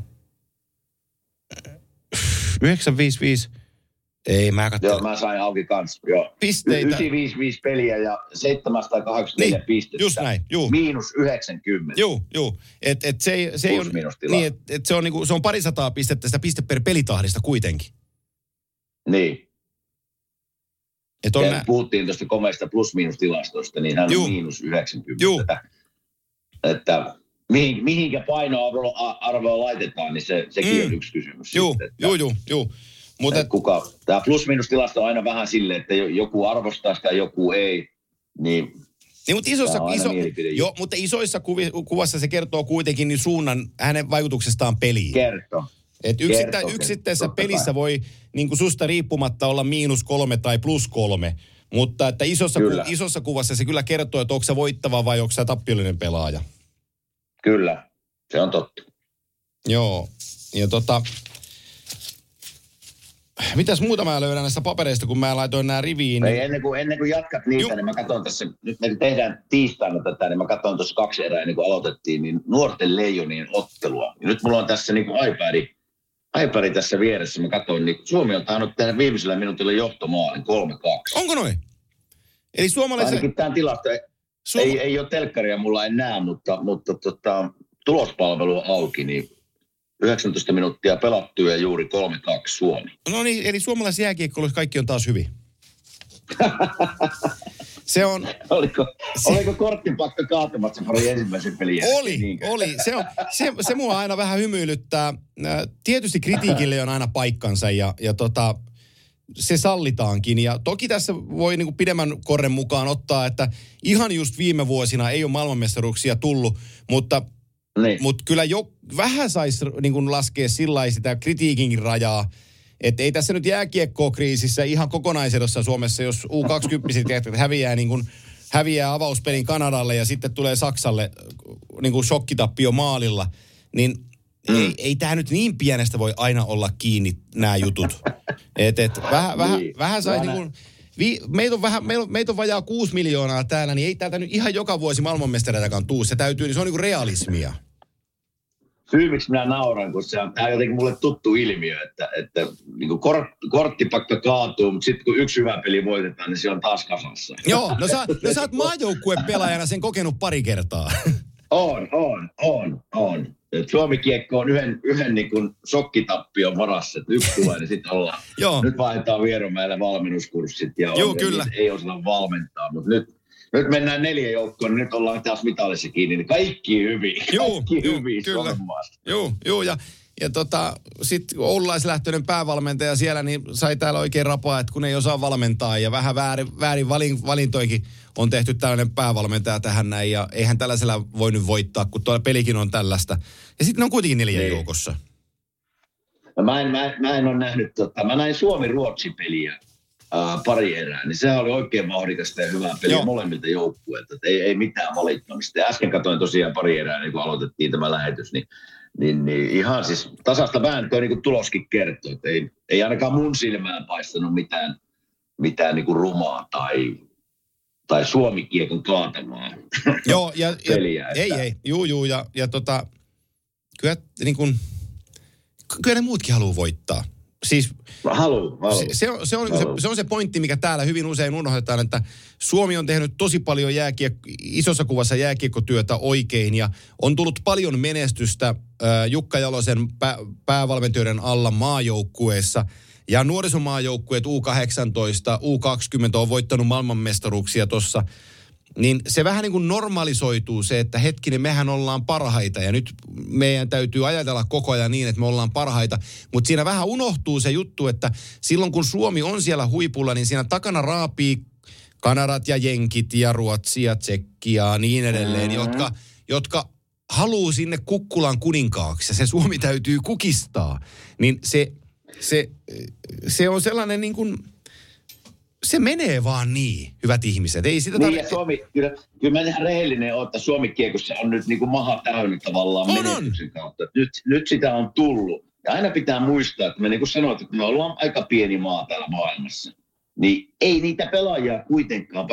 955. Ei, mä katsoin. Joo, mä sain auki kanssa. Joo. Pisteitä. 955 peliä ja 784 pistettä. Just näin, juu. Miinus 90. Juu. Se ei on niin, että se on niinku, se on parisataa pistettä sitä piste per pelitahdista kuitenkin. Niin. Puhuttiin tuosta komeista plus-miinus-tilastosta, niin hän on miinus 90. Juu. Että mihinkä painoarvoa laitetaan, niin sekin on yksi kysymys. Juu. Tämä plus-miinus-tilasto on aina vähän silleen, että joku arvostaa sitä, joku ei, niin mutta isoissa kuvassa se kertoo kuitenkin niin suunnan hänen vaikutuksestaan peliin. Kertoo. Yksittäisessä pelissä voi niin kuin susta riippumatta olla -3 tai +3, mutta että isossa kuvassa se kyllä kertoo, että onko se voittava vai onko se tappiollinen pelaaja. Kyllä, se on totta. Joo, ja mitäs muuta mä löydän näistä papereista, kun mä laitoin nämä riviin? Ei, ennen kuin jatkat niitä, niin mä katson tässä, nyt me tehdään tiistaina tätä, niin mä katson tuossa 2 erää ennen kuin aloitettiin, niin nuorten leijonien ottelua. Ja nyt mulla on tässä niin kuin iPad tässä vieressä, mä katson, niin Suomi on tainnut tehdä viimeisellä minuutilla johtomaalin 3-2. Onko noin? Eli suomalaisen... Ainakin tämän tilasto ei ole telkkaria, mulla en näe, mutta tulospalvelu on auki, niin 19 minuuttia pelattu ja juuri 3-2 Suomi. No niin, eli suomalaisen jääkiekkoilussa kaikki on taas hyvin. Se on... Oliko korttipakka kaatamassa pari ensimmäisen pelin? Oli. Se mua aina vähän hymyilyttää. Tietysti kritiikille on aina paikkansa ja se sallitaankin. Ja toki tässä voi niinku pidemmän korren mukaan ottaa, että ihan just viime vuosina ei ole maailmanmestaruuksia tullut, mutta kyllä jo vähän saisi niin laskea sillä sitä kritiikinkin rajaa, että ei tässä nyt jääkiekko-kriisissä ihan kokonaisedossa Suomessa, jos U20 häviää avauspelin Kanadalle ja sitten tulee Saksalle niin shokkitappio maalilla, niin ei tämä nyt niin pienestä voi aina olla kiinni nämä jutut. Vähän saisi meitä on vajaa 6 miljoonaa täällä, niin ei täältä nyt ihan joka vuosi maailmanmestareitakaan tuu. Se täytyy, niin se on niin kuin realismia. Syy, miksi minä nauran, kun tämä on jotenkin mulle tuttu ilmiö, että niin kuin korttipakka kaatuu, mutta sitten kun yksi hyvä peli voitetaan, niin se on taas kasassa. Joo, no sä oot maajoukkuepelaajana sen kokenut pari kertaa. On. Et Suomi-kiekko on yhden niin kuin sokkitappion varassa, että yksi tulee, niin sitten ollaan. Nyt vaihdetaan Vierumäelle valmennuskurssit ja kyllä. Ei osata valmentaa, mutta nyt mennään 4 joukkoon, niin nyt ollaan taas mitalissa kiinni, niin kaikki hyvin. Kaikki hyvin kyllä. Joo, ja sitten oululaislähtöinen päävalmentaja siellä, niin sai täällä oikein rapaa, että kun ei osaa valmentaa ja vähän väärin valintoikin on tehty tällainen päävalmentaja tähän näin ja eihän tällaisella voi nyt voittaa, kun tuolla pelikin on tällaista. Ja sitten ne on kuitenkin 4 joukossa. No mä en ole nähnyt, mä näin Suomi-Ruotsi-peliä pari erää, niin sehän oli oikein vauhdikasta ja hyvää peliä molemmilta joukkueilta. Ei mitään valittamista. Ja äsken katsoin tosiaan pari erää, niin kun aloitettiin tämä lähetys, niin ihan siis tasasta vääntöä niin kuin tuloskin kertoo, että ei ainakaan mun silmään paistanut mitään niin kuin rumaa tai Suomi-kiekon kaatamaa peliä. Ei. Juu. Ja kyllä niin kuin, kyllä ne muutkin haluaa voittaa. Siis Haluaa. Se on se pointti, mikä täällä hyvin usein unohdetaan, että Suomi on tehnyt tosi paljon isossa kuvassa jääkiekkotyötä oikein ja on tullut paljon menestystä Jukka Jalosen päävalmentajoiden alla maajoukkueessa. Ja nuorisomaajoukkueet U18, U20 on voittanut maailmanmestaruuksia tuossa. Niin se vähän niin kuin normalisoituu se, että hetkinen, mehän ollaan parhaita ja nyt meidän täytyy ajatella koko ajan niin, että me ollaan parhaita. Mutta siinä vähän unohtuu se juttu, että silloin kun Suomi on siellä huipulla, niin siinä takana raapii Kanadat ja Jenkit ja Ruotsi ja Tsekki ja niin edelleen, jotka haluaa sinne kukkulan kuninkaaksi ja se Suomi täytyy kukistaa. Niin se on sellainen niin kuin... Se menee vaan niin, hyvät ihmiset. Ei sitä ja Suomi, kyllä mä ihan rehellinen olen, että Suomi-kiekossa on nyt niin kuin maha täynnä tavallaan menestyksen kautta. Nyt sitä on tullut. Ja aina pitää muistaa, että me niin kuin sanoit, että me ollaan aika pieni maa täällä maailmassa. Niin ei niitä pelaajia kuitenkaan,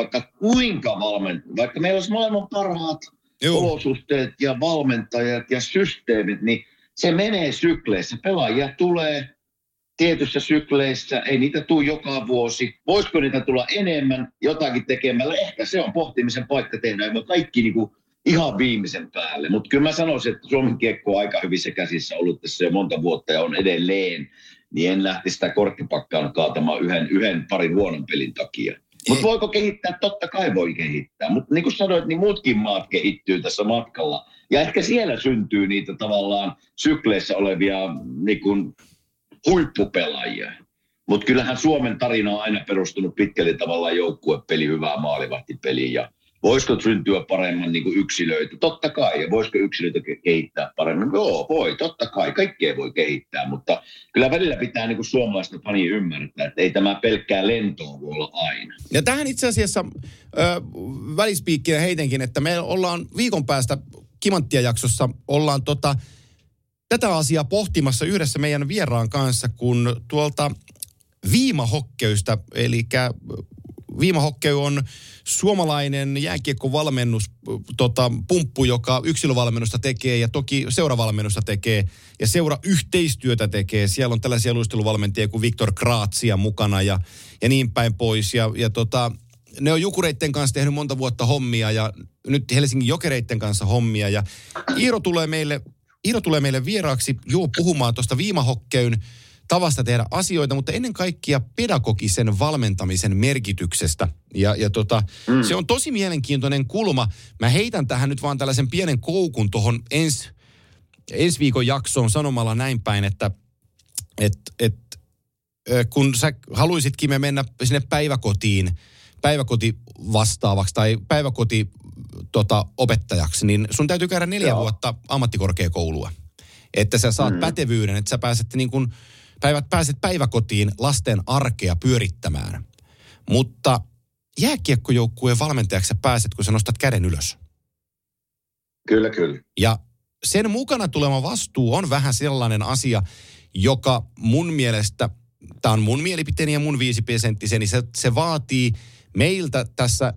vaikka meillä olisi maailman parhaat olosuhteet ja valmentajat ja systeemit, niin se menee sykleissä. Pelaajia tulee tietyissä sykleissä, ei niitä tule joka vuosi. Voisiko niitä tulla enemmän jotakin tekemällä? Ehkä se on pohtimisen paikka tehdä. Me kaikki niinku ihan viimeisen päälle. Mutta kyllä mä sanoisin, että Suomen kiekko on aika hyvissä käsissä ollut tässä jo monta vuotta ja on edelleen. Niin en lähti sitä korttipakkaan kaatamaan yhden parin huonon pelin takia. Mutta voiko kehittää? Totta kai voi kehittää. Mutta niin kuin sanoit, niin muutkin maat kehittyy tässä matkalla. Ja ehkä siellä syntyy niitä tavallaan sykleissä olevia niin kuin huippupelaajia. Mutta kyllähän Suomen tarina on aina perustunut pitkälti tavallaan joukkuepeli, hyvää maalivahtipeliin. Ja voisiko syntyä paremman niin kuin yksilöitä? Totta kai. Ja voisiko yksilöitä kehittää paremmin? Joo, voi. Totta kai. Kaikkea voi kehittää. Mutta kyllä välillä pitää niin kuin suomalaista fania ymmärtää, että ei tämä pelkkää lentoa voi olla aina. Ja tähän itse asiassa välispiikkinä heitenkin, että me ollaan viikon päästä Kimanttia-jaksossa ollaan tätä asiaa pohtimassa yhdessä meidän vieraan kanssa, kun tuolta Viimahokkeystä, eli Viimahokkey on suomalainen jääkiekkovalmennus, pumppu, joka yksilövalmennusta tekee ja toki seuravalmennusta tekee ja seurayhteistyötä tekee. Siellä on tällaisia luisteluvalmentajia kuin Viktor Kraatsia mukana ja niin päin pois. Ja ne on Jukureitten kanssa tehnyt monta vuotta hommia ja nyt Helsingin Jokereitten kanssa hommia. Ja Iiro tulee meille vieraaksi puhumaan tuosta Viimahokkeyn tavasta tehdä asioita, mutta ennen kaikkea pedagogisen valmentamisen merkityksestä. Se on tosi mielenkiintoinen kulma. Mä heitän tähän nyt vaan tällaisen pienen koukun tuohon ensi viikon jaksoon sanomalla näin päin, että kun sä haluisitkin me mennä sinne päiväkoti vastaavaksi tai päiväkoti opettajaksi, niin sun täytyy käydä 4 vuotta ammattikorkeakoulua. Että sä saat pätevyyden, että sä pääset päiväkotiin lasten arkea pyörittämään. Mutta jääkiekkojoukkueen valmentajaksi sä pääset, kun sä nostat käden ylös. Kyllä. Ja sen mukana tuleva vastuu on vähän sellainen asia, joka mun mielestä, tämä on mun mielipiteeni ja mun 5-senttisen, se vaatii meiltä tässä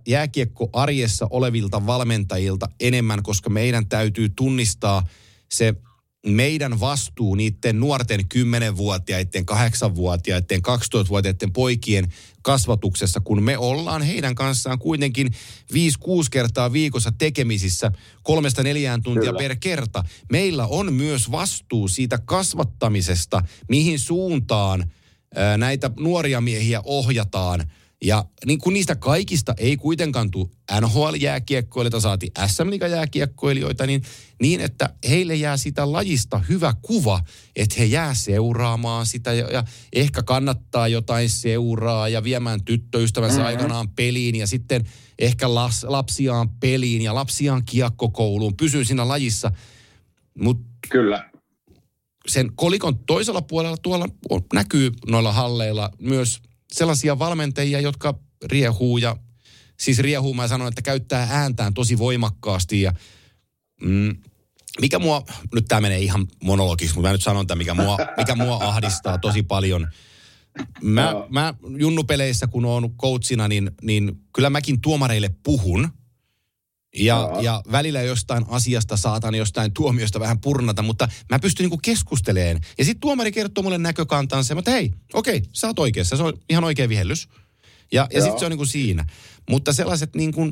jääkiekkoarjessa olevilta valmentajilta enemmän, koska meidän täytyy tunnistaa se meidän vastuu niiden nuorten 10-vuotiaiden, 8-vuotiaiden, 12-vuotiaiden poikien kasvatuksessa, kun me ollaan heidän kanssaan kuitenkin 5-6 kertaa viikossa tekemisissä 3-4 tuntia per kerta. Meillä on myös vastuu siitä kasvattamisesta, mihin suuntaan näitä nuoria miehiä ohjataan. Ja niin kun niistä kaikista ei kuitenkaan tule NHL-jääkiekkoilijoita, saati SM-liiga-jääkiekkoilijoita, niin että heille jää sitä lajista hyvä kuva, että he jää seuraamaan sitä ja ehkä kannattaa jotain seuraa ja viemään tyttöystävänsä aikanaan peliin ja sitten ehkä lapsiaan peliin ja lapsiaan kiekkokouluun, pysyy siinä lajissa. Kyllä. Sen kolikon toisella puolella tuolla näkyy noilla halleilla myös sellaisia valmentajia, jotka riehuu ja siis riehuu, mä sanon, että käyttää ääntään tosi voimakkaasti ja mikä mua, nyt tää menee ihan monologiksi, mutta mä nyt sanon tämän, mikä mua ahdistaa tosi paljon. Mä junnupeleissä, kun oon coachina, niin kyllä mäkin tuomareille puhun ja välillä jostain asiasta saatan jostain tuomiosta vähän purnata, mutta mä pystyn niinku keskustelemaan. Ja sitten tuomari kertoo mulle näkökantansa, mutta hei, okei, sä oot oikeassa, se on ihan oikea vihellys. Ja sitten se on niinku siinä. Mutta sellaiset niinku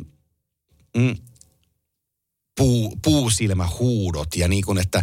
puusilmähuudot ja niin kuin, että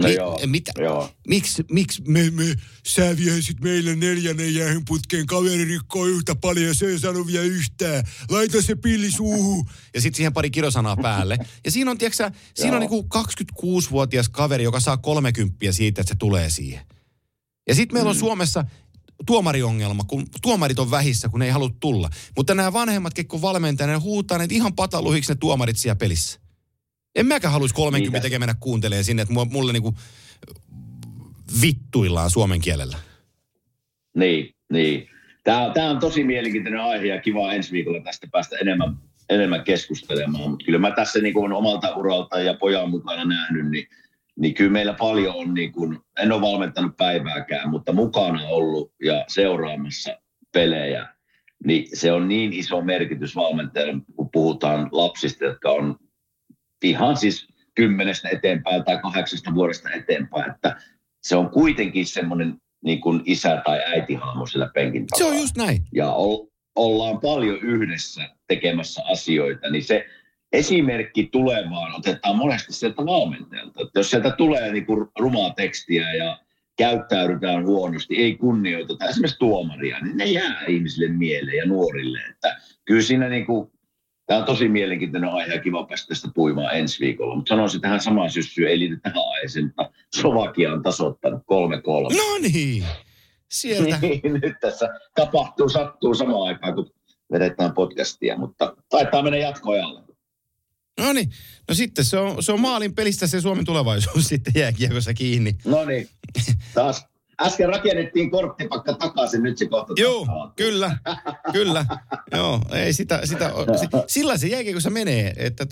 miksi sä viesit meille 4. jäähyn putkeen, kaveri rikkoo yhtä paljon ja se ei sano vielä yhtään. Laita se pilli suuhun. Ja sitten siihen pari kirosanaa päälle. Ja siinä on, tiedätkö siinä on niinku 26-vuotias kaveri, joka saa 30 siitä, että se tulee siihen. Ja sitten meillä on Suomessa tuomariongelma, kun tuomarit on vähissä, kun ne ei halua tulla. Mutta nämä vanhemmat, kun valmentajana, ne huutaa ne ihan pataluhiksi ne tuomarit siellä pelissä. En mäkään haluaisi 30 tekemään mennä kuuntelemaan sinne, että mulle niinku vittuillaan suomen kielellä. Niin. Tämä on tosi mielenkiintoinen aihe ja kiva ensi viikolla tästä päästä enemmän keskustelemaan. Mutta kyllä mä tässä niinku on omalta uralta ja pojan mukana nähnyt, niin kyllä meillä paljon on, niinku, en ole valmentanut päivääkään, mutta mukana ollut ja seuraamassa pelejä. Niin se on niin iso merkitys valmentajalle, kun puhutaan lapsista, jotka on ihan siis 10 eteenpäin tai 8 vuodesta eteenpäin, että se on kuitenkin semmoinen niin kuin isä- tai äitihahmo sillä penkin takana. Se on just näin. Ja ollaan paljon yhdessä tekemässä asioita, niin se esimerkki tulevaan otetaan monesti sieltä valmentajalta. Että jos sieltä tulee niin kuin rumaa tekstiä ja käyttäydytään huonosti, ei kunnioiteta esimerkiksi tuomaria, niin ne jää ihmisille mieleen ja nuorille. Että kyllä siinä niin kuin tämä on tosi mielenkiintoinen aihe ja kiva päästä tästä puimaan ensi viikolla. Mutta sanoisin tähän samaan syssyyn, ei liity tähän aiheeseen, mutta Slovakia on tasoittanut 3-3. No niin, sieltä. Nyt tässä sattuu samaan aikaan, kun vedetään podcastia, mutta taitaa mennä jatkoajalle. No niin, no sitten se on maalin pelistä se Suomen tulevaisuus sitten jääkiekossa kiinni. No niin, taas äsken rakennettiin korttipakka takaisin, nyt se kohta. Joo, kyllä. Joo, ei sillä se jääkiekossa menee, että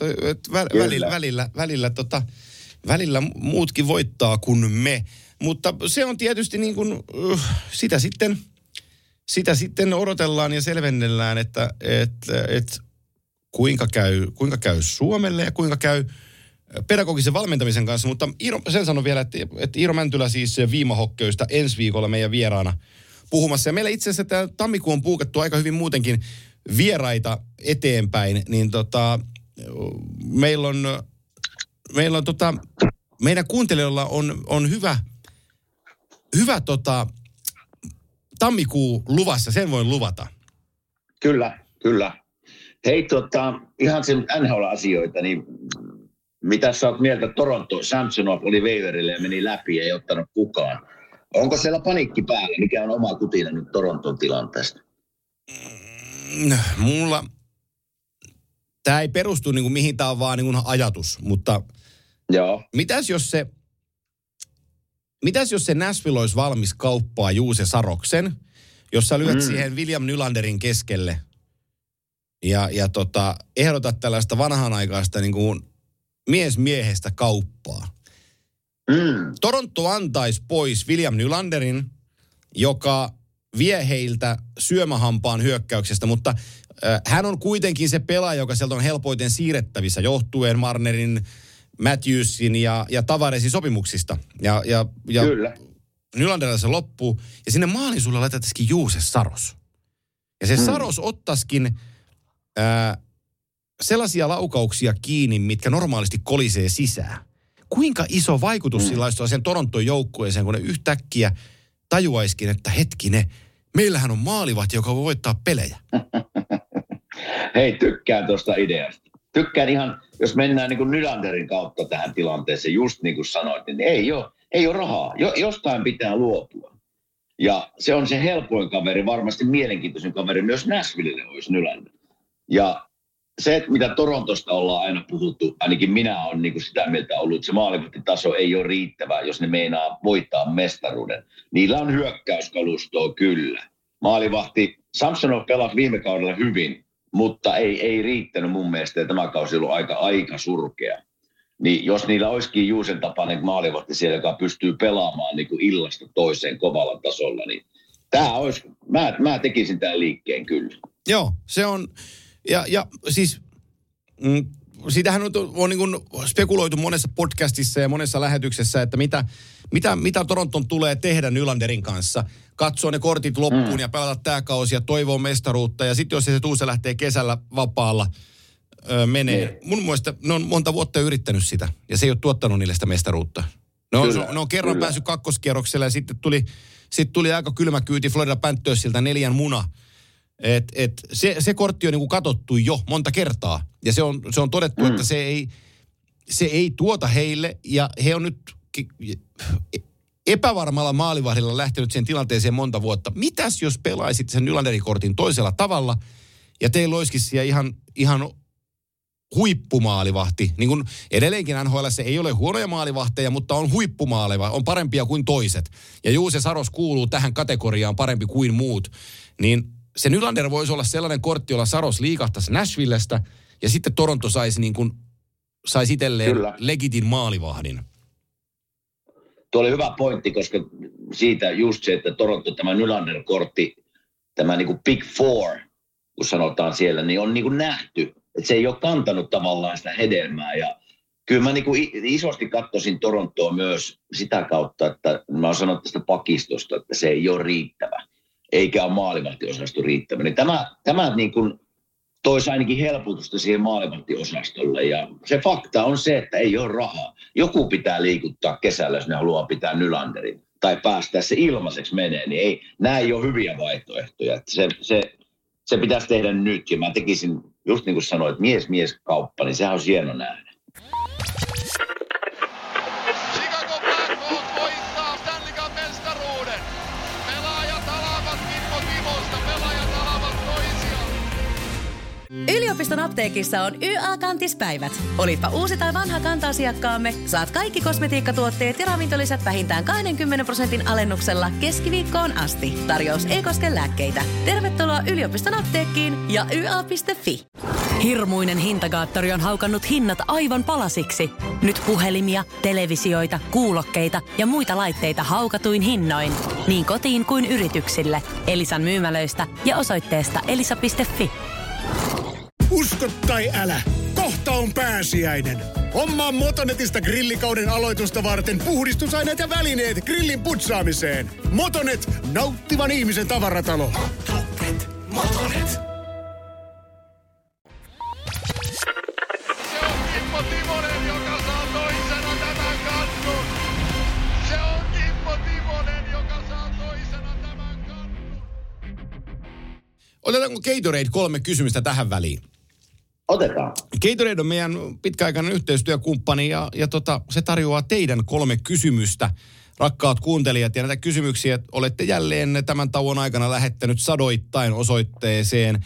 välillä muutkin voittaa kuin me. Mutta se on tietysti niin kuin, sitä sitten odotellaan ja selvennellään, että kuinka käy Suomelle ja kuinka käy pedagogisen valmentamisen kanssa. Mutta sen sanon vielä, että Iiro Mäntylä siis Viimahokkeista ensi viikolla meidän vieraana puhumassa. Ja meillä itse asiassa tämä tammikuu on puukattu aika hyvin muutenkin vieraita eteenpäin, niin meillä on meidän kuuntelijoilla on hyvä tammikuu luvassa, sen voin luvata. Kyllä. Hei, ihan sen NHL-asioita, niin mitä sä oot mieltä? Toronto, Samsonov oli waiverille ja meni läpi ja ei ottanut kukaan. Onko siellä paniikki päällä? Mikä on oma kutina nyt Toronton tilanteesta? Mulla, tämä ei perustu niin kuin mihin, tämä on vaan niin kuin ajatus, mutta joo. Mitäs jos se Nashville olisi valmis kauppaa Juuse Saroksen, jos sä lyöt siihen William Nylanderin keskelle ja ehdotat tällaista vanhanaikaista niin kuin miehestä kauppaa. Toronto antaisi pois William Nylanderin, joka vie heiltä syömähampaan hyökkäyksestä, mutta hän on kuitenkin se pelaaja, joka sieltä on helpoiten siirrettävissä johtuen Marnerin Matthewsin ja Tavaresin sopimuksista. Ja Kyllä. Nylanderilla se loppuu. Ja sinne maalin sulle laitettaisikin Juuse Saros. Ja se Saros ottaisikin sellaisia laukauksia kiinni, mitkä normaalisti kolisee sisään. Kuinka iso vaikutus sillä olisi sen Toronton joukkueeseen, kun ne yhtäkkiä tajuaisikin, että hetkinen, meillähän on maalivahti, joka voi voittaa pelejä. Hei, tykkään tuosta ideasta. Tykkään ihan, jos mennään niin kuin Nylanderin kautta tähän tilanteeseen, just niin kuin sanoit, niin ei ole rahaa. Jostain pitää luopua. Ja se on se helpoin kaveri, varmasti mielenkiintoisin kaveri, myös Nashvillelle olisi Nylander. Ja se, että mitä Torontosta ollaan aina puhuttu, ainakin minä olen niin kuin sitä mieltä ollut, että se maalivahtitaso ei ole riittävä, jos ne meinaa voittaa mestaruuden. Niillä on hyökkäyskalustoa kyllä. Maalivahti Samsonov pelasi viime kaudella hyvin, mutta ei riittänyt mun mielestä, ja tämä kausi on ollut aika surkea. Niin jos niillä olisikin Juusen tapainen maalivahti siellä, joka pystyy pelaamaan niin kuin illasta toiseen kovalla tasolla, niin tämä olisi, mä tekisin tämän liikkeen kyllä. Joo, se on, ja siis siitähän on niin kuin spekuloitu monessa podcastissa ja monessa lähetyksessä, että mitä Toronton tulee tehdä Nylanderin kanssa. Katsoa ne kortit loppuun ja pelata tämä kausi ja toivoo mestaruutta. Ja sitten jos se lähtee kesällä vapaalla menee. Mun mielestä ne on monta vuotta yrittänyt sitä ja se ei ole tuottanut niille sitä mestaruutta. Ne on kerran päässyt kakkoskierrokselle ja sitten tuli aika kylmä kyyti Florida Panthersilta 4 muna. Se kortti on niin kuin katsottu jo monta kertaa. Ja se on todettu, että se ei tuota heille. Ja he on nyt epävarmalla maalivahdilla lähtenyt sen tilanteeseen monta vuotta. Mitäs jos pelaisit sen Nylanderin kortin toisella tavalla ja teillä olisikin siellä ihan huippumaalivahti. Niin kuin edelleenkin NHL:ssä ei ole huonoja maalivahteja, mutta on huippumaalivahti, on parempia kuin toiset. Ja Juuse Saros kuuluu tähän kategoriaan parempi kuin muut. Niin se Nylander voisi olla sellainen kortti, jolla Saros liikahtaisi Nashvillestä ja sitten Toronto saisi itselleen legitin maalivahdin. Tuo oli hyvä pointti, koska siitä just se, että Toronto tämä Nylander-kortti, tämä niin kuin Big Four, kun sanotaan siellä, niin on niin kuin nähty. Että se ei ole kantanut tavallaan sitä hedelmää. Ja kyllä mä niin kuin isosti katsoisin Torontoa myös sitä kautta, että mä oon sanonut tästä pakistosta, että se ei ole riittävä. Eikä ole maalivahtiosasto riittävä. Niin tämä niin kuin toisi ainakin helpotusta siihen maalivahtiosastolle. Ja se fakta on se, että ei ole rahaa. Joku pitää liikuttaa kesällä, jos ne haluaa pitää Nylanderin. Tai päästää se ilmaiseksi menee. Niin nämä ei ole hyviä vaihtoehtoja. Että se pitäisi tehdä nyt. Ja mä tekisin, just niin kuin sanoin, että mies-kauppa, niin sehän on hieno nähdä. Chicago Blackhawks voittaa Stanley Cup -mestaruuden. Pelaajat alavat Kimmo Timosta, pelaajat alavat toisiaan. Yliopiston apteekissa on YA-kantispäivät. Olitpa uusi tai vanha kanta-asiakkaamme, saat kaikki kosmetiikkatuotteet ja ravintolisät vähintään 20% alennuksella keskiviikkoon asti. Tarjous ei koske lääkkeitä. Tervetuloa yliopiston apteekkiin ja YA.fi. Hirmuinen hintakaattori on haukannut hinnat aivan palasiksi. Nyt puhelimia, televisioita, kuulokkeita ja muita laitteita haukatuin hinnoin. Niin kotiin kuin yrityksille. Elisan myymälöistä ja osoitteesta elisa.fi. Usko tai älä, kohta on pääsiäinen. Hommaa Motonetista grillikauden aloitusta varten puhdistusaineet ja välineet grillin putsaamiseen. Motonet, nauttivan ihmisen tavaratalo. Motonet. Se on Kimmo Timonen, joka saa toisena tämän kannun. Se on Kimmo Timonen, joka saa toisena tämän kannun. Otetaanko Gatorade 3 kysymystä tähän väliin? Otetaan. Gatorade on meidän pitkäaikainen yhteistyökumppani ja se tarjoaa teidän 3 kysymystä, rakkaat kuuntelijat. Ja näitä kysymyksiä olette jälleen tämän tauon aikana lähettänyt sadoittain osoitteeseen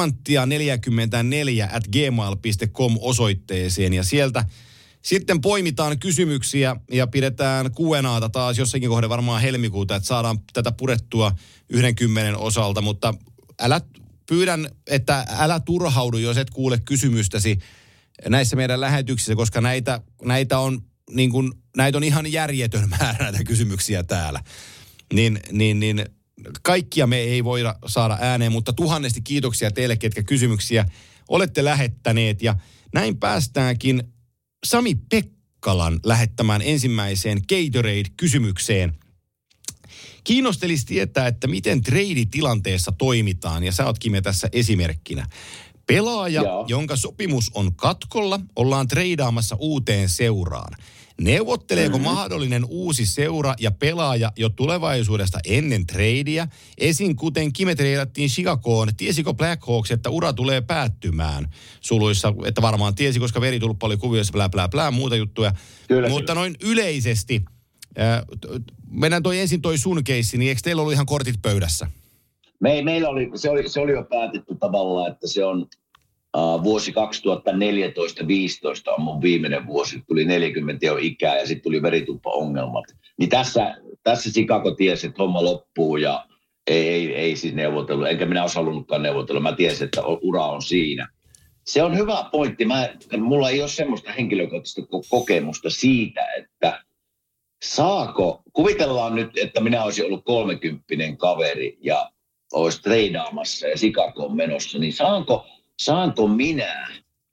kimanttia44@gmail.com osoitteeseen. Ja sieltä sitten poimitaan kysymyksiä ja pidetään Q&A:ta taas jossakin kohde varmaan helmikuuta, että saadaan tätä purettua 10 osalta, mutta pyydän, että älä turhaudu, jos et kuule kysymystäsi näissä meidän lähetyksissä, koska näitä on ihan järjetön määrä näitä kysymyksiä täällä. Niin kaikkia me ei voida saada ääneen, mutta tuhannesti kiitoksia teille, ketkä kysymyksiä olette lähettäneet. Ja näin päästäänkin Sami Pekka Sakkalan lähettämään ensimmäiseen Gatorade-kysymykseen. Kiinnostelisi tietää, että miten trade-tilanteessa toimitaan, ja sä oot Kime tässä esimerkkinä. Pelaaja, jonka sopimus on katkolla, ollaan treidaamassa uuteen seuraan. Neuvotteleeko mahdollinen uusi seura ja pelaaja jo tulevaisuudesta ennen treidiä? Esim. Kuten Kime treidattiin Chicagoon, tiesikö Blackhawks, että ura tulee päättymään? Suluissa, että varmaan tiesi, koska veritulppa oli kuvioissa, blää, blää, blää, muuta juttuja. Kyllä, mutta noin yleisesti, mennään ensin toi sun keissi, niin eikö teillä ollut ihan kortit pöydässä? Meillä oli, se oli jo päätetty tavallaan, että se on vuosi 2014-15 on mun viimeinen vuosi. Tuli 40 jo ikää ja sitten tuli veritulppa-ongelmat. Niin tässä Chicago tiesi, että homma loppuu ja ei siis neuvotellut. Enkä minä olisi halunnutkaan neuvotella. Mä tiesin, että ura on siinä. Se on hyvä pointti. Mulla ei ole semmoista henkilökohtaista kokemusta siitä, että kuvitellaan nyt, että minä olisin ollut 30 kaveri ja olisi treidaamassa ja Chicagoon menossa, niin saanko minä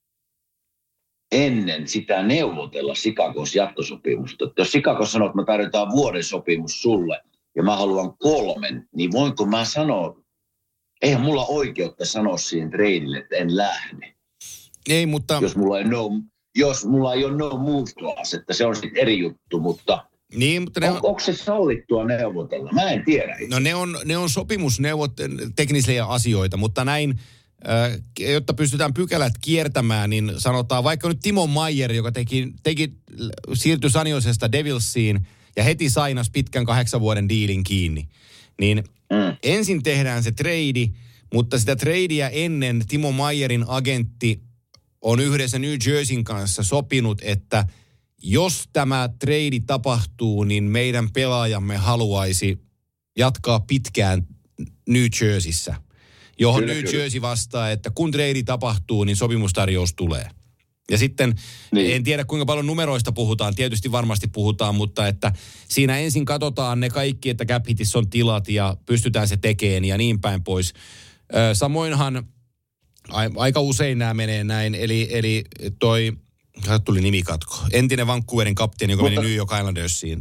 ennen sitä neuvotella Chicagos jatkosopimusta? Jos Chicago sanoo, että me tarjotaan vuoden sopimus sulle ja mä haluan 3, niin voinko mä sanoa, eihän mulla oikeutta sanoa siihen treidille, että en lähde. Ei, mutta jos mulla ei ole no move clause, että se on sitten eri juttu, mutta niin, mutta onko se sallittua neuvotella? Mä en tiedä. No ne on teknisiä asioita, mutta näin, jotta pystytään pykälät kiertämään, niin sanotaan vaikka nyt Timo Meier, joka siirtyi San Josesta Devilsiin ja heti sainasi pitkän 8 vuoden diilin kiinni. Niin ensin tehdään se treidi, mutta sitä treidiä ennen Timo Meierin agentti on yhdessä New Jerseyn kanssa sopinut, että jos tämä treidi tapahtuu, niin meidän pelaajamme haluaisi jatkaa pitkään New Jerseyssä, johon kyllä, New Jersey vastaa, että kun treidi tapahtuu, niin sopimustarjous tulee. Ja sitten, en tiedä kuinka paljon numeroista puhutaan, tietysti varmasti puhutaan, mutta että siinä ensin katsotaan ne kaikki, että cap hitissä on tilat ja pystytään se tekemään ja niin päin pois. Samoinhan aika usein nämä menee näin, eli tuli nimikatko. Entinen Vancouverin kapteeni, joka meni New York Islandersiin.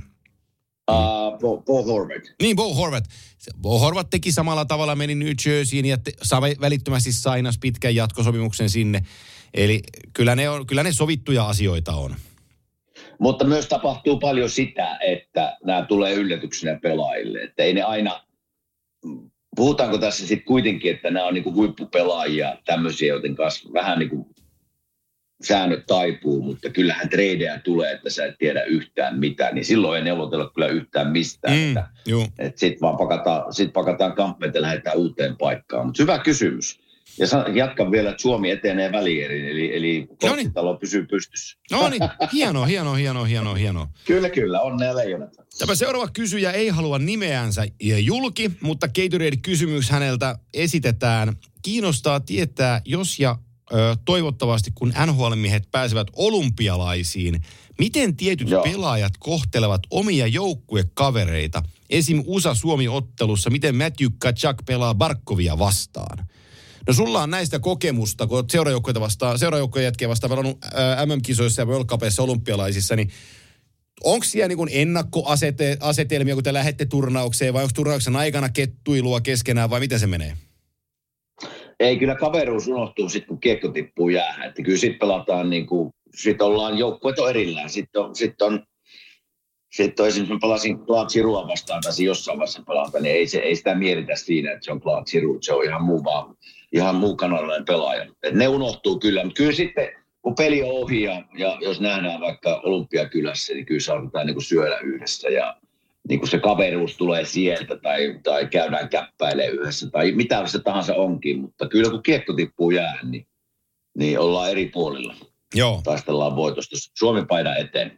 Bo Horvat. Niin, Bo Horvat. Bo Horvat teki samalla tavalla, meni New Jerseyin ja välittömästi sainas pitkän jatkosopimuksen sinne. Eli kyllä ne sovittuja asioita on. Mutta myös tapahtuu paljon sitä, että nämä tulee yllätyksenä pelaajille. Että ei ne aina, puhutaanko tässä sitten kuitenkin, että nämä on niinku huippupelaajia, tämmöisiä, joten kanssa vähän niin kuin säännöt taipuu, mutta kyllähän treidejä tulee, että sä et tiedä yhtään mitään, niin silloin ei neuvotella kyllä yhtään mistään. Että sit vaan pakataan kamppeet ja lähdetään uuteen paikkaan. Mutta hyvä kysymys. Ja jatkan vielä, että Suomi etenee välieriin, eli korttitalo pysyy pystyssä. No niin, hienoa. Kyllä, onnea leijonat. Tämä seuraava kysyjä ei halua nimeänsä julki, mutta Gatorade-kysymys häneltä esitetään. Kiinnostaa tietää, jos ja toivottavasti kun NHL-miehet pääsevät olympialaisiin, miten tietyt pelaajat kohtelevat omia joukkuekavereita? Esim. USA-Suomi-ottelussa, miten Matthew Tkachuk pelaa Barkovia vastaan? No sulla on näistä kokemusta, kun olet seurajoukkojen jätkiä vastaan pelannut MM-kisoissa ja World Cupissa olympialaisissa, niin onko siellä niin kuin ennakkoasetelmia, kun te lähdette turnaukseen, vai onko turnauksen aikana kettuilua keskenään, vai miten se menee? Ei, kyllä kaveruus unohtuu sitten, kun kiekko tippuu jäähän. Että kyllä sitten pelataan niin kuin, sitten ollaan joukkueet on erillään. Sitten on esimerkiksi pelasin Claude Giroua vastaan, tai jossain vaiheessa pelata, niin ei sitä mietitä siinä, että se on Claude Giroux, se on ihan muu kanalainen pelaaja. Et ne unohtuu kyllä, mutta kyllä sitten, kun peli on ohi ja jos nähdään vaikka Olympiakylässä, niin kyllä saatetaan niin kuin syödä yhdessä ja niin kuin se kaveruus tulee sieltä tai käydään käppäilemään yhdessä tai mitä se tahansa onkin, mutta kyllä kun kiekko tippuu jäähän, niin ollaan eri puolilla. Joo. Taistellaan voitosta Suomi-paidan eteen.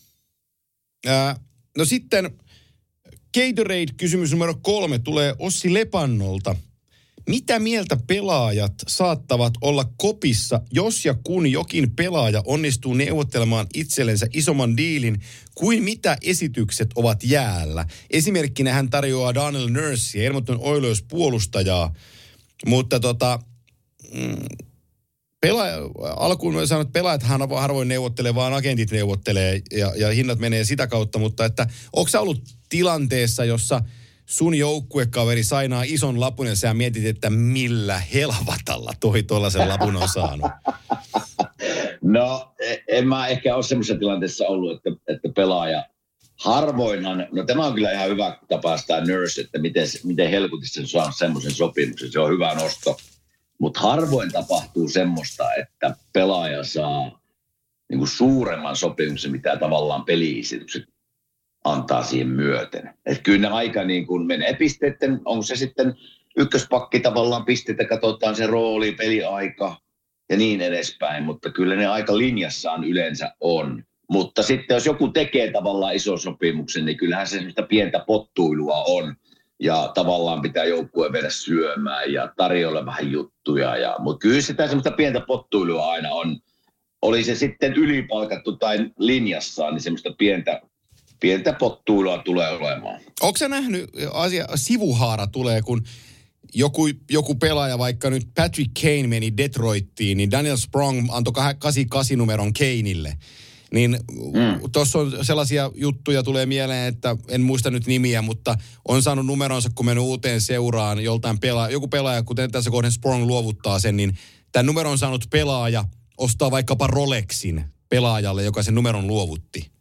No sitten Gatorade-kysymys numero 3 tulee Ossi Lepannolta. Mitä mieltä pelaajat saattavat olla kopissa, jos ja kun jokin pelaaja onnistuu neuvottelemaan itsellensä isomman diilin kuin mitä esitykset ovat jäällä? Esimerkkinä hän tarjoaa Daniel Nursea, Edmonton Oilers-puolustajaa, mutta alkuun sanoin, että pelaajathan harvoin neuvottelee, vaan agentit neuvottelee ja hinnat menee sitä kautta, mutta että onko sä ollut tilanteessa, jossa sun joukkuekaveri sainaa ison lapun ja sä mietit, että millä helvatalla toi tuollaisen lapun on saanut? No, en mä ehkä ole semmoisessa tilanteessa ollut, että pelaaja harvoinhan, no tämä on kyllä ihan hyvä tapa sitä Nurse, että miten helkutissa saa semmoisen sopimuksen, se on hyvä nosto. Mutta harvoin tapahtuu semmoista, että pelaaja saa niin kuin suuremman sopimuksen, mitä tavallaan peli-esitykset antaa siihen myöten. Että kyllä ne aika niin kuin menee pisteiden, onko se sitten ykköspakki tavallaan pisteitä, katsotaan se rooli, peliaika ja niin edespäin, mutta kyllä ne aika linjassaan yleensä on. Mutta sitten jos joku tekee tavallaan ison sopimuksen, niin kyllähän se semmoista pientä pottuilua on. Ja tavallaan pitää joukkueen mennä syömään ja tarjolla vähän juttuja. Mutta kyllä sitä semmoista pientä pottuilua aina on. Oli se sitten ylipalkattu tai linjassaan, niin semmoista pientä pottuilua tulee olemaan. Onko sä nähnyt sivuhaara tulee, kun joku pelaaja, vaikka nyt Patrick Kane meni Detroittiin, niin Daniel Sprong antoi 88 numeron Kaneille. Niin tuossa on sellaisia juttuja tulee mieleen, että en muista nyt nimiä, mutta on saanut numeronsa, kun mennyt uuteen seuraan joltain joku pelaaja, kuten tässä kohden Sprong luovuttaa sen, niin tämän numeron saanut pelaaja ostaa vaikkapa Rolexin pelaajalle, joka sen numeron luovutti.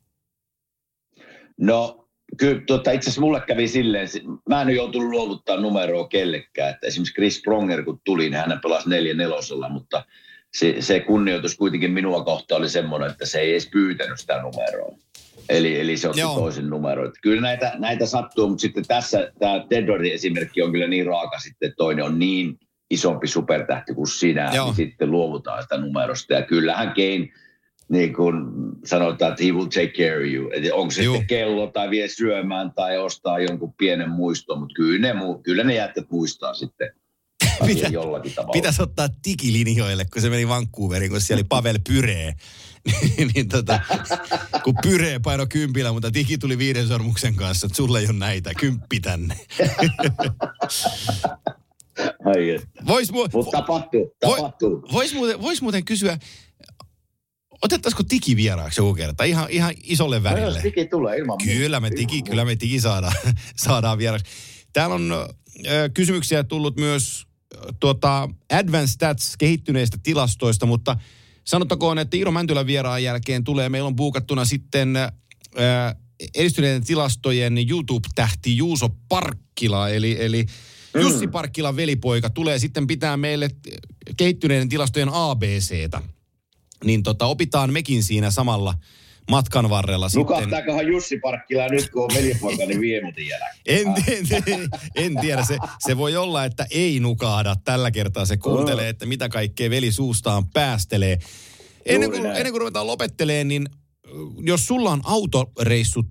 No kyllä itse asiassa mulle kävi silleen, mä en ole joutunut luovuttaa numeroa kellekään, että esimerkiksi Chris Pronger kun tuli, niin hän pelasi 4-4, mutta se kunnioitus kuitenkin minua kohtaan oli semmoinen, että se ei edes pyytänyt sitä numeroa. Eli se otti toisen numeron. Kyllä näitä sattuu, mutta sitten tässä tämä Teddorin esimerkki on kyllä niin raaka sitten, että toinen on niin isompi supertähti kuin sinä, niin sitten luovutaan sitä numerosta. Ja kyllähän Kane, niin kuin sanotaan, että he will take care of you. Eli onko se sitten kello tai vie syömään tai ostaa jonkun pienen muiston, mutta kyllä ne jätkät muistaa sitten. Pitäisi ottaa tikilinjoille, kun se meni Vancouveriin, kun siellä oli Pavel Pyree. Kun Pyree paino 10, mutta tiki tuli 5 sormuksen kanssa, että sulle ei ole näitä, 10 tänne. Mutta tapahtuu. Vois muuten kysyä, otettaisiko tiki vieraaksi joku kerta? Ihan isolle värille. No, tiki tulee ilman Kyllä me tiki saadaan vieraaksi. Täällä on kysymyksiä tullut myös Advanced Stats kehittyneistä tilastoista, mutta sanottakoon, että Iiro Mäntylän vieraan jälkeen meillä on buukattuna sitten edistyneiden tilastojen YouTube-tähti Juuso Parkkila, eli Jussi Parkkilan velipoika tulee sitten pitää meille kehittyneiden tilastojen ABC:tä. Niin opitaan mekin siinä samalla matkan varrella sitten. Nukahtaakohan Jussi Parkkila nyt, kun on velipoikani Viemutin jälkeen? En tiedä. Se voi olla, että ei nukahda. Tällä kertaa se kuuntelee, että mitä kaikkea veli suustaan päästelee. Ennen kuin ruvetaan lopettelemaan, niin jos sulla on autoreissut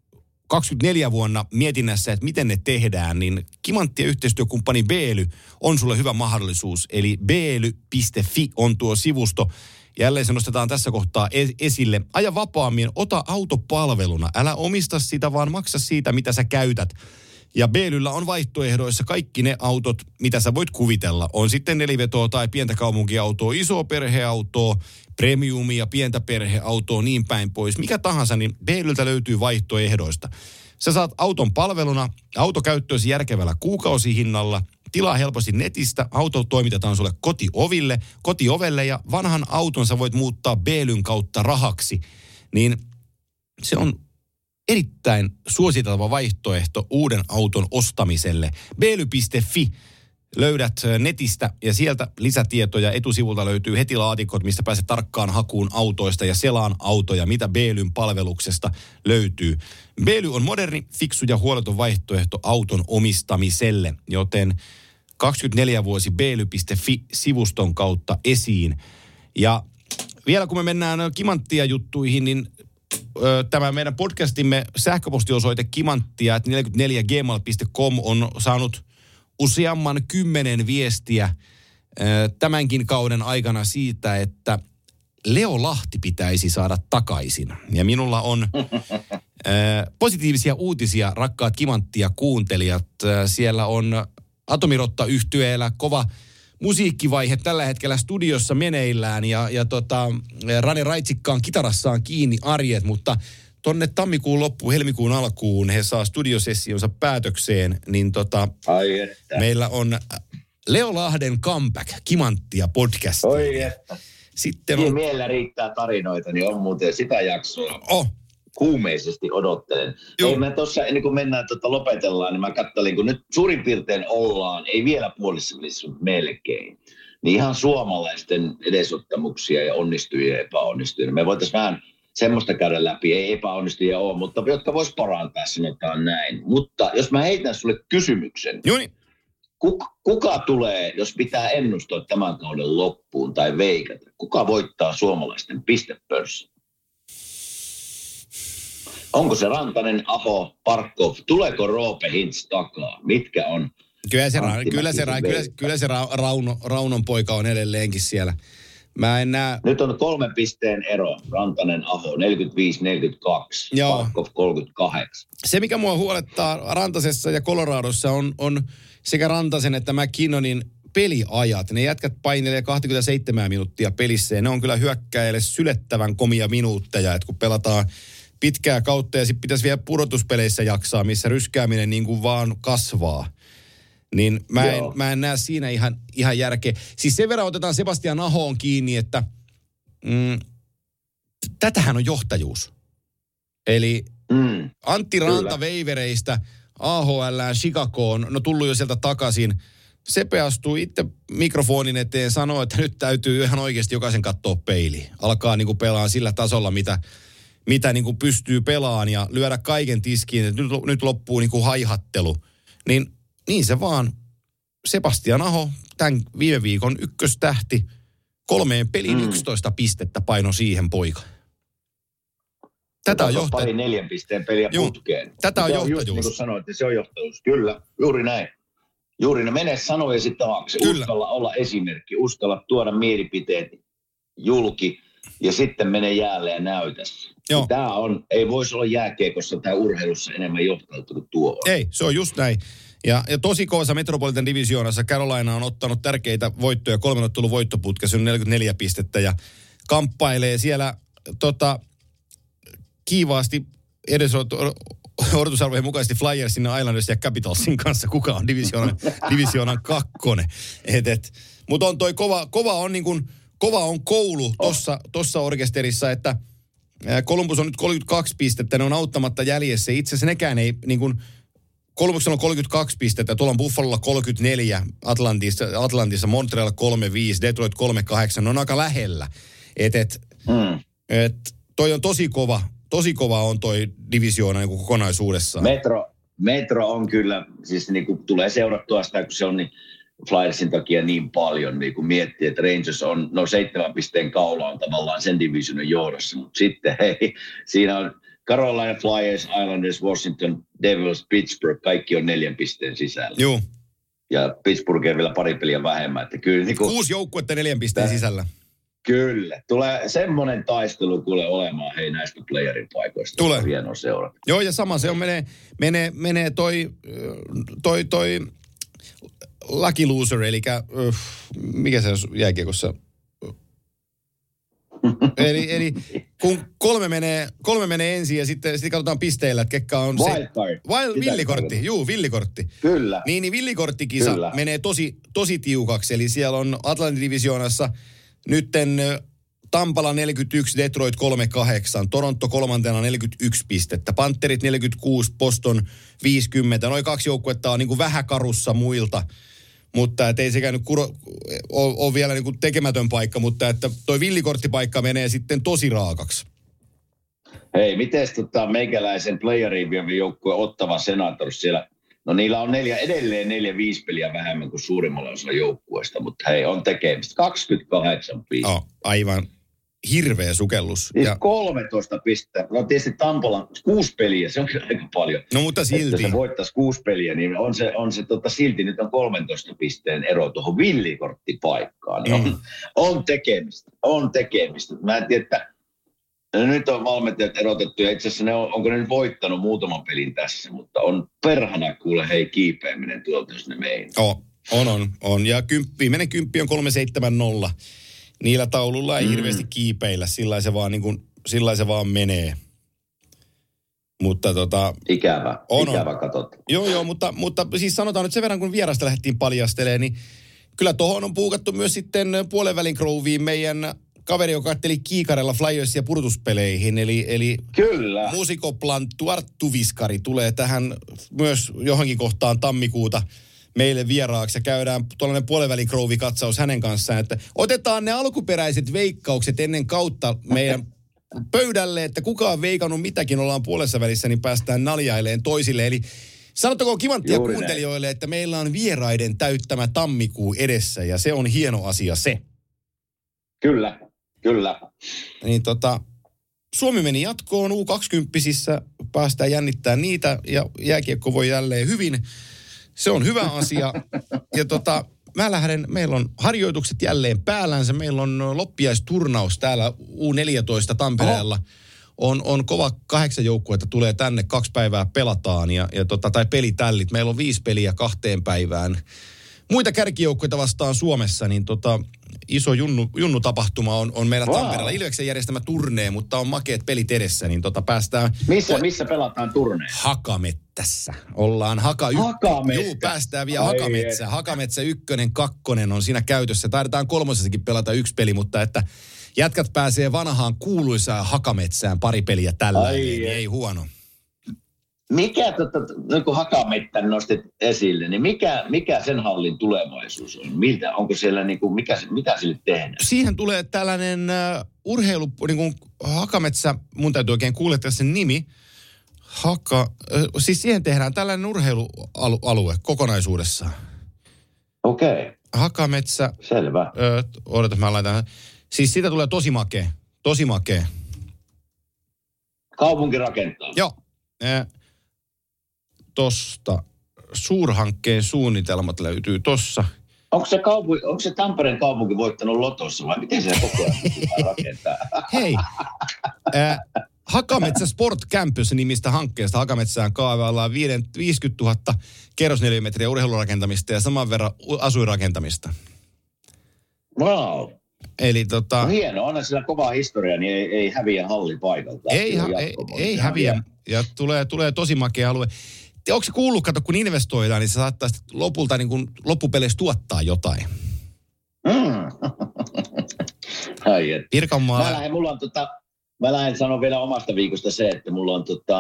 24 vuonna mietinnässä, että miten ne tehdään, niin Kimantti ja yhteistyökumppani Beely on sulle hyvä mahdollisuus. Eli beely.fi on tuo sivusto. Jälleen se nostetaan tässä kohtaa esille. Aja vapaammin, ota autopalveluna. Älä omista sitä, vaan maksa siitä, mitä sä käytät. Ja Beelyllä on vaihtoehdoissa kaikki ne autot, mitä sä voit kuvitella. On sitten nelivetoa tai pientä kaupunkiautoa, isoa perheautoa, premiumia, pientä perheautoa, niin päin pois. Mikä tahansa, niin Beelyltä löytyy vaihtoehdoista. Sä saat auton palveluna, autokäyttöösi järkevällä kuukausihinnalla. Tilaa helposti netistä, auto toimitetaan sulle kotiovelle ja vanhan auton sä voit muuttaa Beelyn kautta rahaksi. Niin se on erittäin suositeltava vaihtoehto uuden auton ostamiselle. Beely.fi löydät netistä ja sieltä lisätietoja. Etusivulta löytyy heti laatikot, mistä pääset tarkkaan hakuun autoista ja selaan autoja, mitä Beelyn palveluksesta löytyy. Beely on moderni, fiksu ja huoleton vaihtoehto auton omistamiselle, joten 24 vuosi beely.fi-sivuston kautta esiin. Ja vielä kun me mennään kimanttia juttuihin, niin tämä meidän podcastimme sähköpostiosoite kimanttia@44gmail.com on saanut useamman 10 viestiä tämänkin kauden aikana siitä, että Leo Lahti pitäisi saada takaisin. Ja minulla on positiivisia uutisia, rakkaat Kimanttia kuuntelijat. Siellä on Atomirotta-yhtyeellä kova musiikkivaihe tällä hetkellä studiossa meneillään ja Rane Raitsikka on kitarassaan kiinni arjet, mutta tonne tammikuun loppuun, helmikuun alkuun he saa studiosessionsa päätökseen, niin meillä on Leo Lahden comeback, Kimanttia podcast. Oi että. Sitten on... Mielellä riittää tarinoita, niin on muuten sitä jaksoa. Kuumeisesti odottelen. Ei mä tuossa, ennen kuin mennään lopetellaan, niin mä kattelin, kun nyt suurin piirtein ollaan, ei vielä puolivälissä, mutta melkein, niin ihan suomalaisten edesottamuksia ja onnistujia ja epäonnistujia. Me voitaisiin vähän semmoista käydä läpi, ei epäonnistujia ole, mutta jotka vois parantaa, sanotaan näin. Mutta jos mä heitän sulle kysymyksen, kuka tulee, jos pitää ennustaa tämän kauden loppuun tai veikata, kuka voittaa suomalaisten pistepörssin? Onko se Rantanen, Aho, Parkov? Tuleeko Roope Hintz takaa? Mitkä on? Kyllä se Raunon poika on edelleenkin siellä. Mä en näe... Nyt on 3 pisteen ero. Rantanen, Aho, 45-42. Parkov 38. Se, mikä mua huolettaa Rantasessa ja Coloradossa on sekä Rantasen että McKinnonin peliajat. Ne jätkät painelee 27 minuuttia pelissä ja ne on kyllä hyökkäjille sylettävän komia minuutteja, että kun pelataan pitkää kautta ja sitten pitäisi vielä pudotuspeleissä jaksaa, missä ryskääminen niin kuin vaan kasvaa. Niin mä en näe siinä ihan järkeä. Siis sen verran otetaan Sebastian Ahoon kiinni, että tätähän on johtajuus. Eli Antti Ranta Veivereistä AHL:ään Chicagoon, no tullut jo sieltä takaisin. Sepe astuu itse mikrofonin eteen ja sanoo, että nyt täytyy ihan oikeasti jokaisen katsoa peiliin. Alkaa niin kuin pelaa sillä tasolla, mitä niin kuin pystyy pelaamaan ja lyödä kaiken tiskiin, että nyt loppuu niin kuin haihattelu. Niin se vaan. Sebastian Aho, tämän viime viikon ykköstähti, 3 peliin 11 pistettä paino siihen poika. Tätä on johtajuus. Pari 4 pisteen peliä putkeen. Tätä on johtajuus. Just niin kuin sanoit, että se on johtajuus. Kyllä, juuri näin. Juuri näin. Mene sanojesi taakse. Kyllä. Uskalla olla esimerkki. Uskalla tuoda mielipiteet julki ja sitten mene jäälle ja näytä. Tämä on, ei voisi olla jääkiekossa tai urheilussa enemmän johtajuutta kuin tuo on. Ei, se on just näin. Ja tosi kovassa Metropolitan Divisioonassa Carolina on ottanut tärkeitä voittoja, 3 ottelun voittoputkessa, on 44 pistettä ja kamppailee siellä kiivaasti edes odotusarvojen mukaisesti Flyersin, Islandersin ja Capitalsin kanssa, kuka on divisioonan 2. Mutta on toi kova on koulu tossa orkesterissa, että Columbus on nyt 32 pistettä, ne on auttamatta jäljessä. Itse asiassa nekään ei niin kuin Columbuksella on 32 pistettä, tuolla on Buffalolla 34, Atlantissa Montreal 35, Detroit 38, ne on aika lähellä. Toi on tosi kova on toi divisioona niin kuin kokonaisuudessaan. Metro on kyllä, siis niin kuin tulee seurattua sitä, kun se on niin Flyersin takia niin paljon, niin kun miettii, että Rangers on 7 pisteen kaula on tavallaan sen divisionin johdossa, mutta sitten hei, siinä on Carolina, Flyers, Islanders, Washington, Devils, Pittsburgh, kaikki on 4 pisteen sisällä. Joo. Ja Pittsburgh vielä pari peliä vähemmän. Että kyllä, niin 6 joukkuetta 4 pisteen sisällä. Kyllä. Tulee semmoinen taistelu kuule olemaan näistä playerin paikoista. Tulee. Hienoa seurata. Joo, ja sama se on menee toi lucky loser, eli mikä se on jääkiekossa? eli kun kolme menee ensin ja sitten katsotaan pisteillä, että kekka on villikortti. Juu, villikortti. Kyllä. Niin villikorttikisa menee tosi tiukaksi. Eli siellä on Atlantin divisioonassa nytten Tampala 41, Detroit 38, Toronto 3. 41 pistettä, Pantherit 46, Boston 50. Noi 2 joukkuetta on niin kuin vähän karussa muilta. Mutta ei sekään nyt ole vielä niin kuin tekemätön paikka, mutta että toi villikorttipaikka menee sitten tosi raakaksi. Hei, miten meikäläisen playeriin vievä joukkue Ottawa Senators siellä? No niillä on edelleen 4-5 peliä vähemmän kuin suurimmalla osalla joukkueesta, mutta hei, on tekemistä. 28 pistettä. No, aivan hirveä sukellus. Siis 13 pistettä. No tietysti Tampolan 6 peliä, se on kyllä aika paljon. No mutta silti. Että se voittaisi 6 peliä, niin on se silti nyt on 13 pisteen ero tuohon villikorttipaikkaan. Niin on tekemistä. Mä en tiedä, että nyt on valmentajat erotettu ja itse asiassa onko ne nyt voittanut muutaman pelin tässä, mutta on perhana kuule kiipeäminen tuolta, jos ne meinaa. On. Ja viimeinen 10 on 370. Niillä taululla ei hirveästi kiipeillä. Sillä se vaan menee. Mutta Ikävä katsot. Joo, mutta siis sanotaan nyt sen verran, kun vierasta lähdettiin paljastelemaan, niin kyllä tohon on puukattu myös sitten puolenvälin Groveen meidän kaveri, joka ajatteli kiikarella Flyersia pudotuspeleihin. Eli kyllä. Muusikoplan Tuviskari tulee tähän myös johonkin kohtaan tammikuuta meille vieraaksi ja käydään tuollainen puolenvälin Grove-katsaus hänen kanssaan, että otetaan ne alkuperäiset veikkaukset ennen kautta meidän pöydälle, että kuka on veikannut mitäkin, ollaan puolessa välissä, niin päästään naljaileen toisille. Eli sanottako Kimanttia kuuntelijoille, että meillä on vieraiden täyttämä tammikuu edessä ja se on hieno asia se. Kyllä. Niin Suomi meni jatkoon U20-sissä, päästään jännittämään niitä ja jääkiekko voi jälleen hyvin. Se on hyvä asia. Ja meillä on harjoitukset jälleen päällänsä. Meillä on loppiaisturnaus täällä U14 Tampereella. On kova 8 joukkuetta tulee tänne, 2 päivää pelataan tai pelitällit. Meillä on 5 peliä 2 päivään. Muita kärkijoukkueita vastaan Suomessa, niin iso junnu-tapahtuma on meillä Tampereella. Ilveksen järjestämä turnee, mutta on makeat pelit edessä, niin päästään... Missä pelataan turnee? Hakamettässä. Ollaan Juu, päästään vielä Hakametsä. Hakametsä 1, 2 on siinä käytössä. Taidetaan 3:sessakin pelata 1 peli, mutta että jätkät pääsee vanhaan kuuluisaan Hakametsään pari peliä tällä, niin ei huono. Mikä, kun Hakamettän nostit esille, niin mikä sen hallin tulevaisuus on? Onko siellä, mitä sille tehdään? Siihen tulee tällainen urheilu, Hakametsä, mun täytyy oikein kuulettaa sen nimi. Siis siihen tehdään tällainen urheilualue kokonaisuudessaan. Okei. Okay. Hakametsä. Selvä. Odotas, mä laitan. Siis siitä tulee tosi makea. Kaupunki rakentaa. Joo. Tosta suurhankkeen suunnitelmat löytyy tossa. Onko se Tampereen kaupunki voittanut lotossa vai miten se koko ajan rakentaa? Hei, Hakametsä Sport Campus nimistä hankkeesta Hakametsään kaavaillaan 50 000 kerrosneliömetriä urheilurakentamista ja saman verran asuinrakentamista. Wow. Eli No hienoa, onhan sillä kovaa historiaa, niin ei häviä halli paikalta. Ei häviä. Ja tulee tosi makea alue. Onko se kuullut, kato, kun investoidaan, niin se saattaa lopulta loppupeleissä tuottaa jotain. Ai et. Pirkanmaalla. Mä lähden sanoa vielä omasta viikosta se, että mulla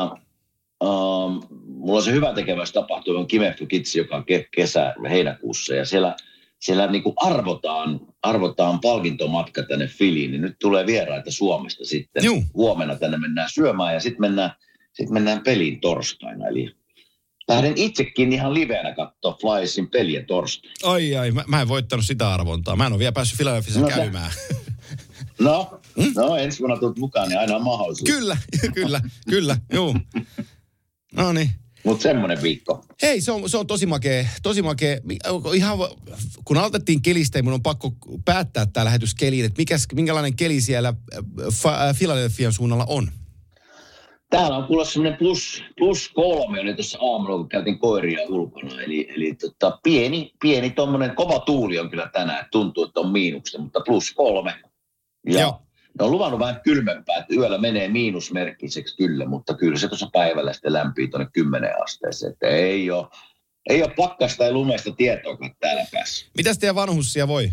on se hyvä tekevässä tapahtuma, on Kimeftu Kids, joka on heinäkuussa, ja siellä niin kuin arvotaan palkintomatka tänne Filiin, niin nyt tulee vieraita Suomesta sitten. Juu. Huomenna tänne mennään syömään ja sitten mennään peliin torstaina. Eli lähden itsekin ihan liveenä katsoa Flyersin peliä torstaina. Ai, mä en voittanut sitä arvontaa. Mä en ole vielä päässyt Philadelphiassa käymään. No, ensi vuonna tulet mukaan, niin aina on mahdollisuus. Kyllä, juu. No niin. Mutta semmoinen viikko. Hei, se on tosi makea. Ihan, kun aloitettiin kelistä, mun on pakko päättää tämä lähetys keliin, että minkälainen keli siellä Philadelphian suunnalla on? Täällä on kuulla semmoinen +3, oli tuossa aamulla, kun käytiin koiria ulkona. Eli pieni tommonen kova tuuli on kyllä tänään. Tuntuu, että on miinuksia, mutta +3. Ja joo. Ne on luvannut vähän kylmempää, että yöllä menee miinusmerkkiseksi kyllä, mutta kyllä se tuossa päivällä sitten lämpii tuonne 10 asteeseen. Että ei ole pakkasta ja lumesta tietoakaan täällä päässä. Mitäs teidän vanhussia voi?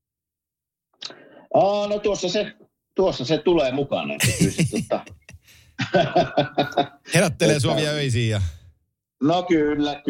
No tuossa se tulee mukana. Että kyllä herättelee sua vielä öisiin ja... No kyllä,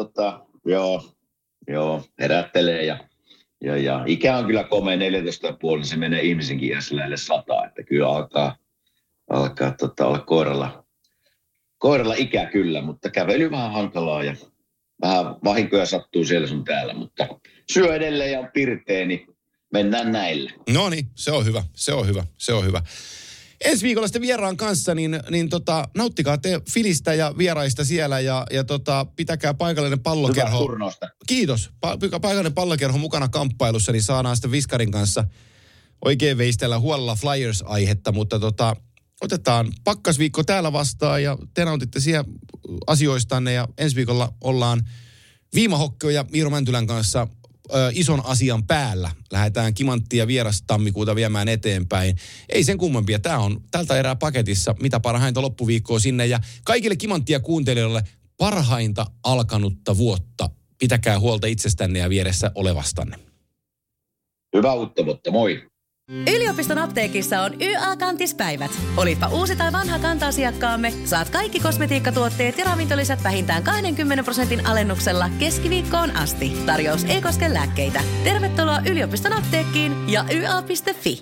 joo, herättelee ja ikä on kyllä komea 14,5, niin se menee ihmisenkin iässä lähelle 100, että kyllä alkaa olla koiralla ikä kyllä, mutta kävely vähän hankalaa ja vähän vahinkoja sattuu siellä sun täällä, mutta syö edelleen ja on pirteä, niin mennään näillä. No niin, se on hyvä. Ensi viikolla sitten vieraan kanssa, niin nauttikaa te Filistä ja vieraista siellä ja pitäkää paikallinen pallokerho. Hyvä turnosta. Kiitos. Paikallinen pallokerho mukana kamppailussa, niin saadaan sitten Viskarin kanssa oikein veistellä huolella Flyers-aihetta, mutta otetaan pakkasviikko täällä vastaan ja te nautitte siellä asioistanne ja ensi viikolla ollaan Viimahokko ja Miiro Mäntylän kanssa ison asian päällä. Lähdetään Kimanttia vierastammikuuta viemään eteenpäin. Ei sen kummempia. Tämä on tältä erää paketissa mitä parhainta loppuviikkoa sinne. Ja kaikille Kimanttia kuuntelijoille parhainta alkanutta vuotta. Pitäkää huolta itsestänne ja vieressä olevastanne. Hyvää uutta vuotta, moi! Yliopiston apteekissa on YA-kantispäivät. Olitpa uusi tai vanha kanta-asiakkaamme, saat kaikki kosmetiikkatuotteet ja ravintolisät vähintään 20% alennuksella keskiviikkoon asti. Tarjous ei koske lääkkeitä. Tervetuloa yliopiston apteekkiin ja YA.fi.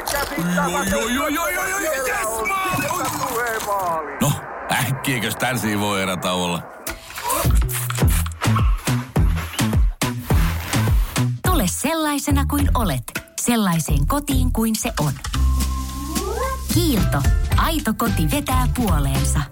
No, äkkiäkös tän siivoo erätauolla? Tule sellaisena kuin olet, sellaiseen kotiin kuin se on. Kiilto. Aito koti vetää puoleensa.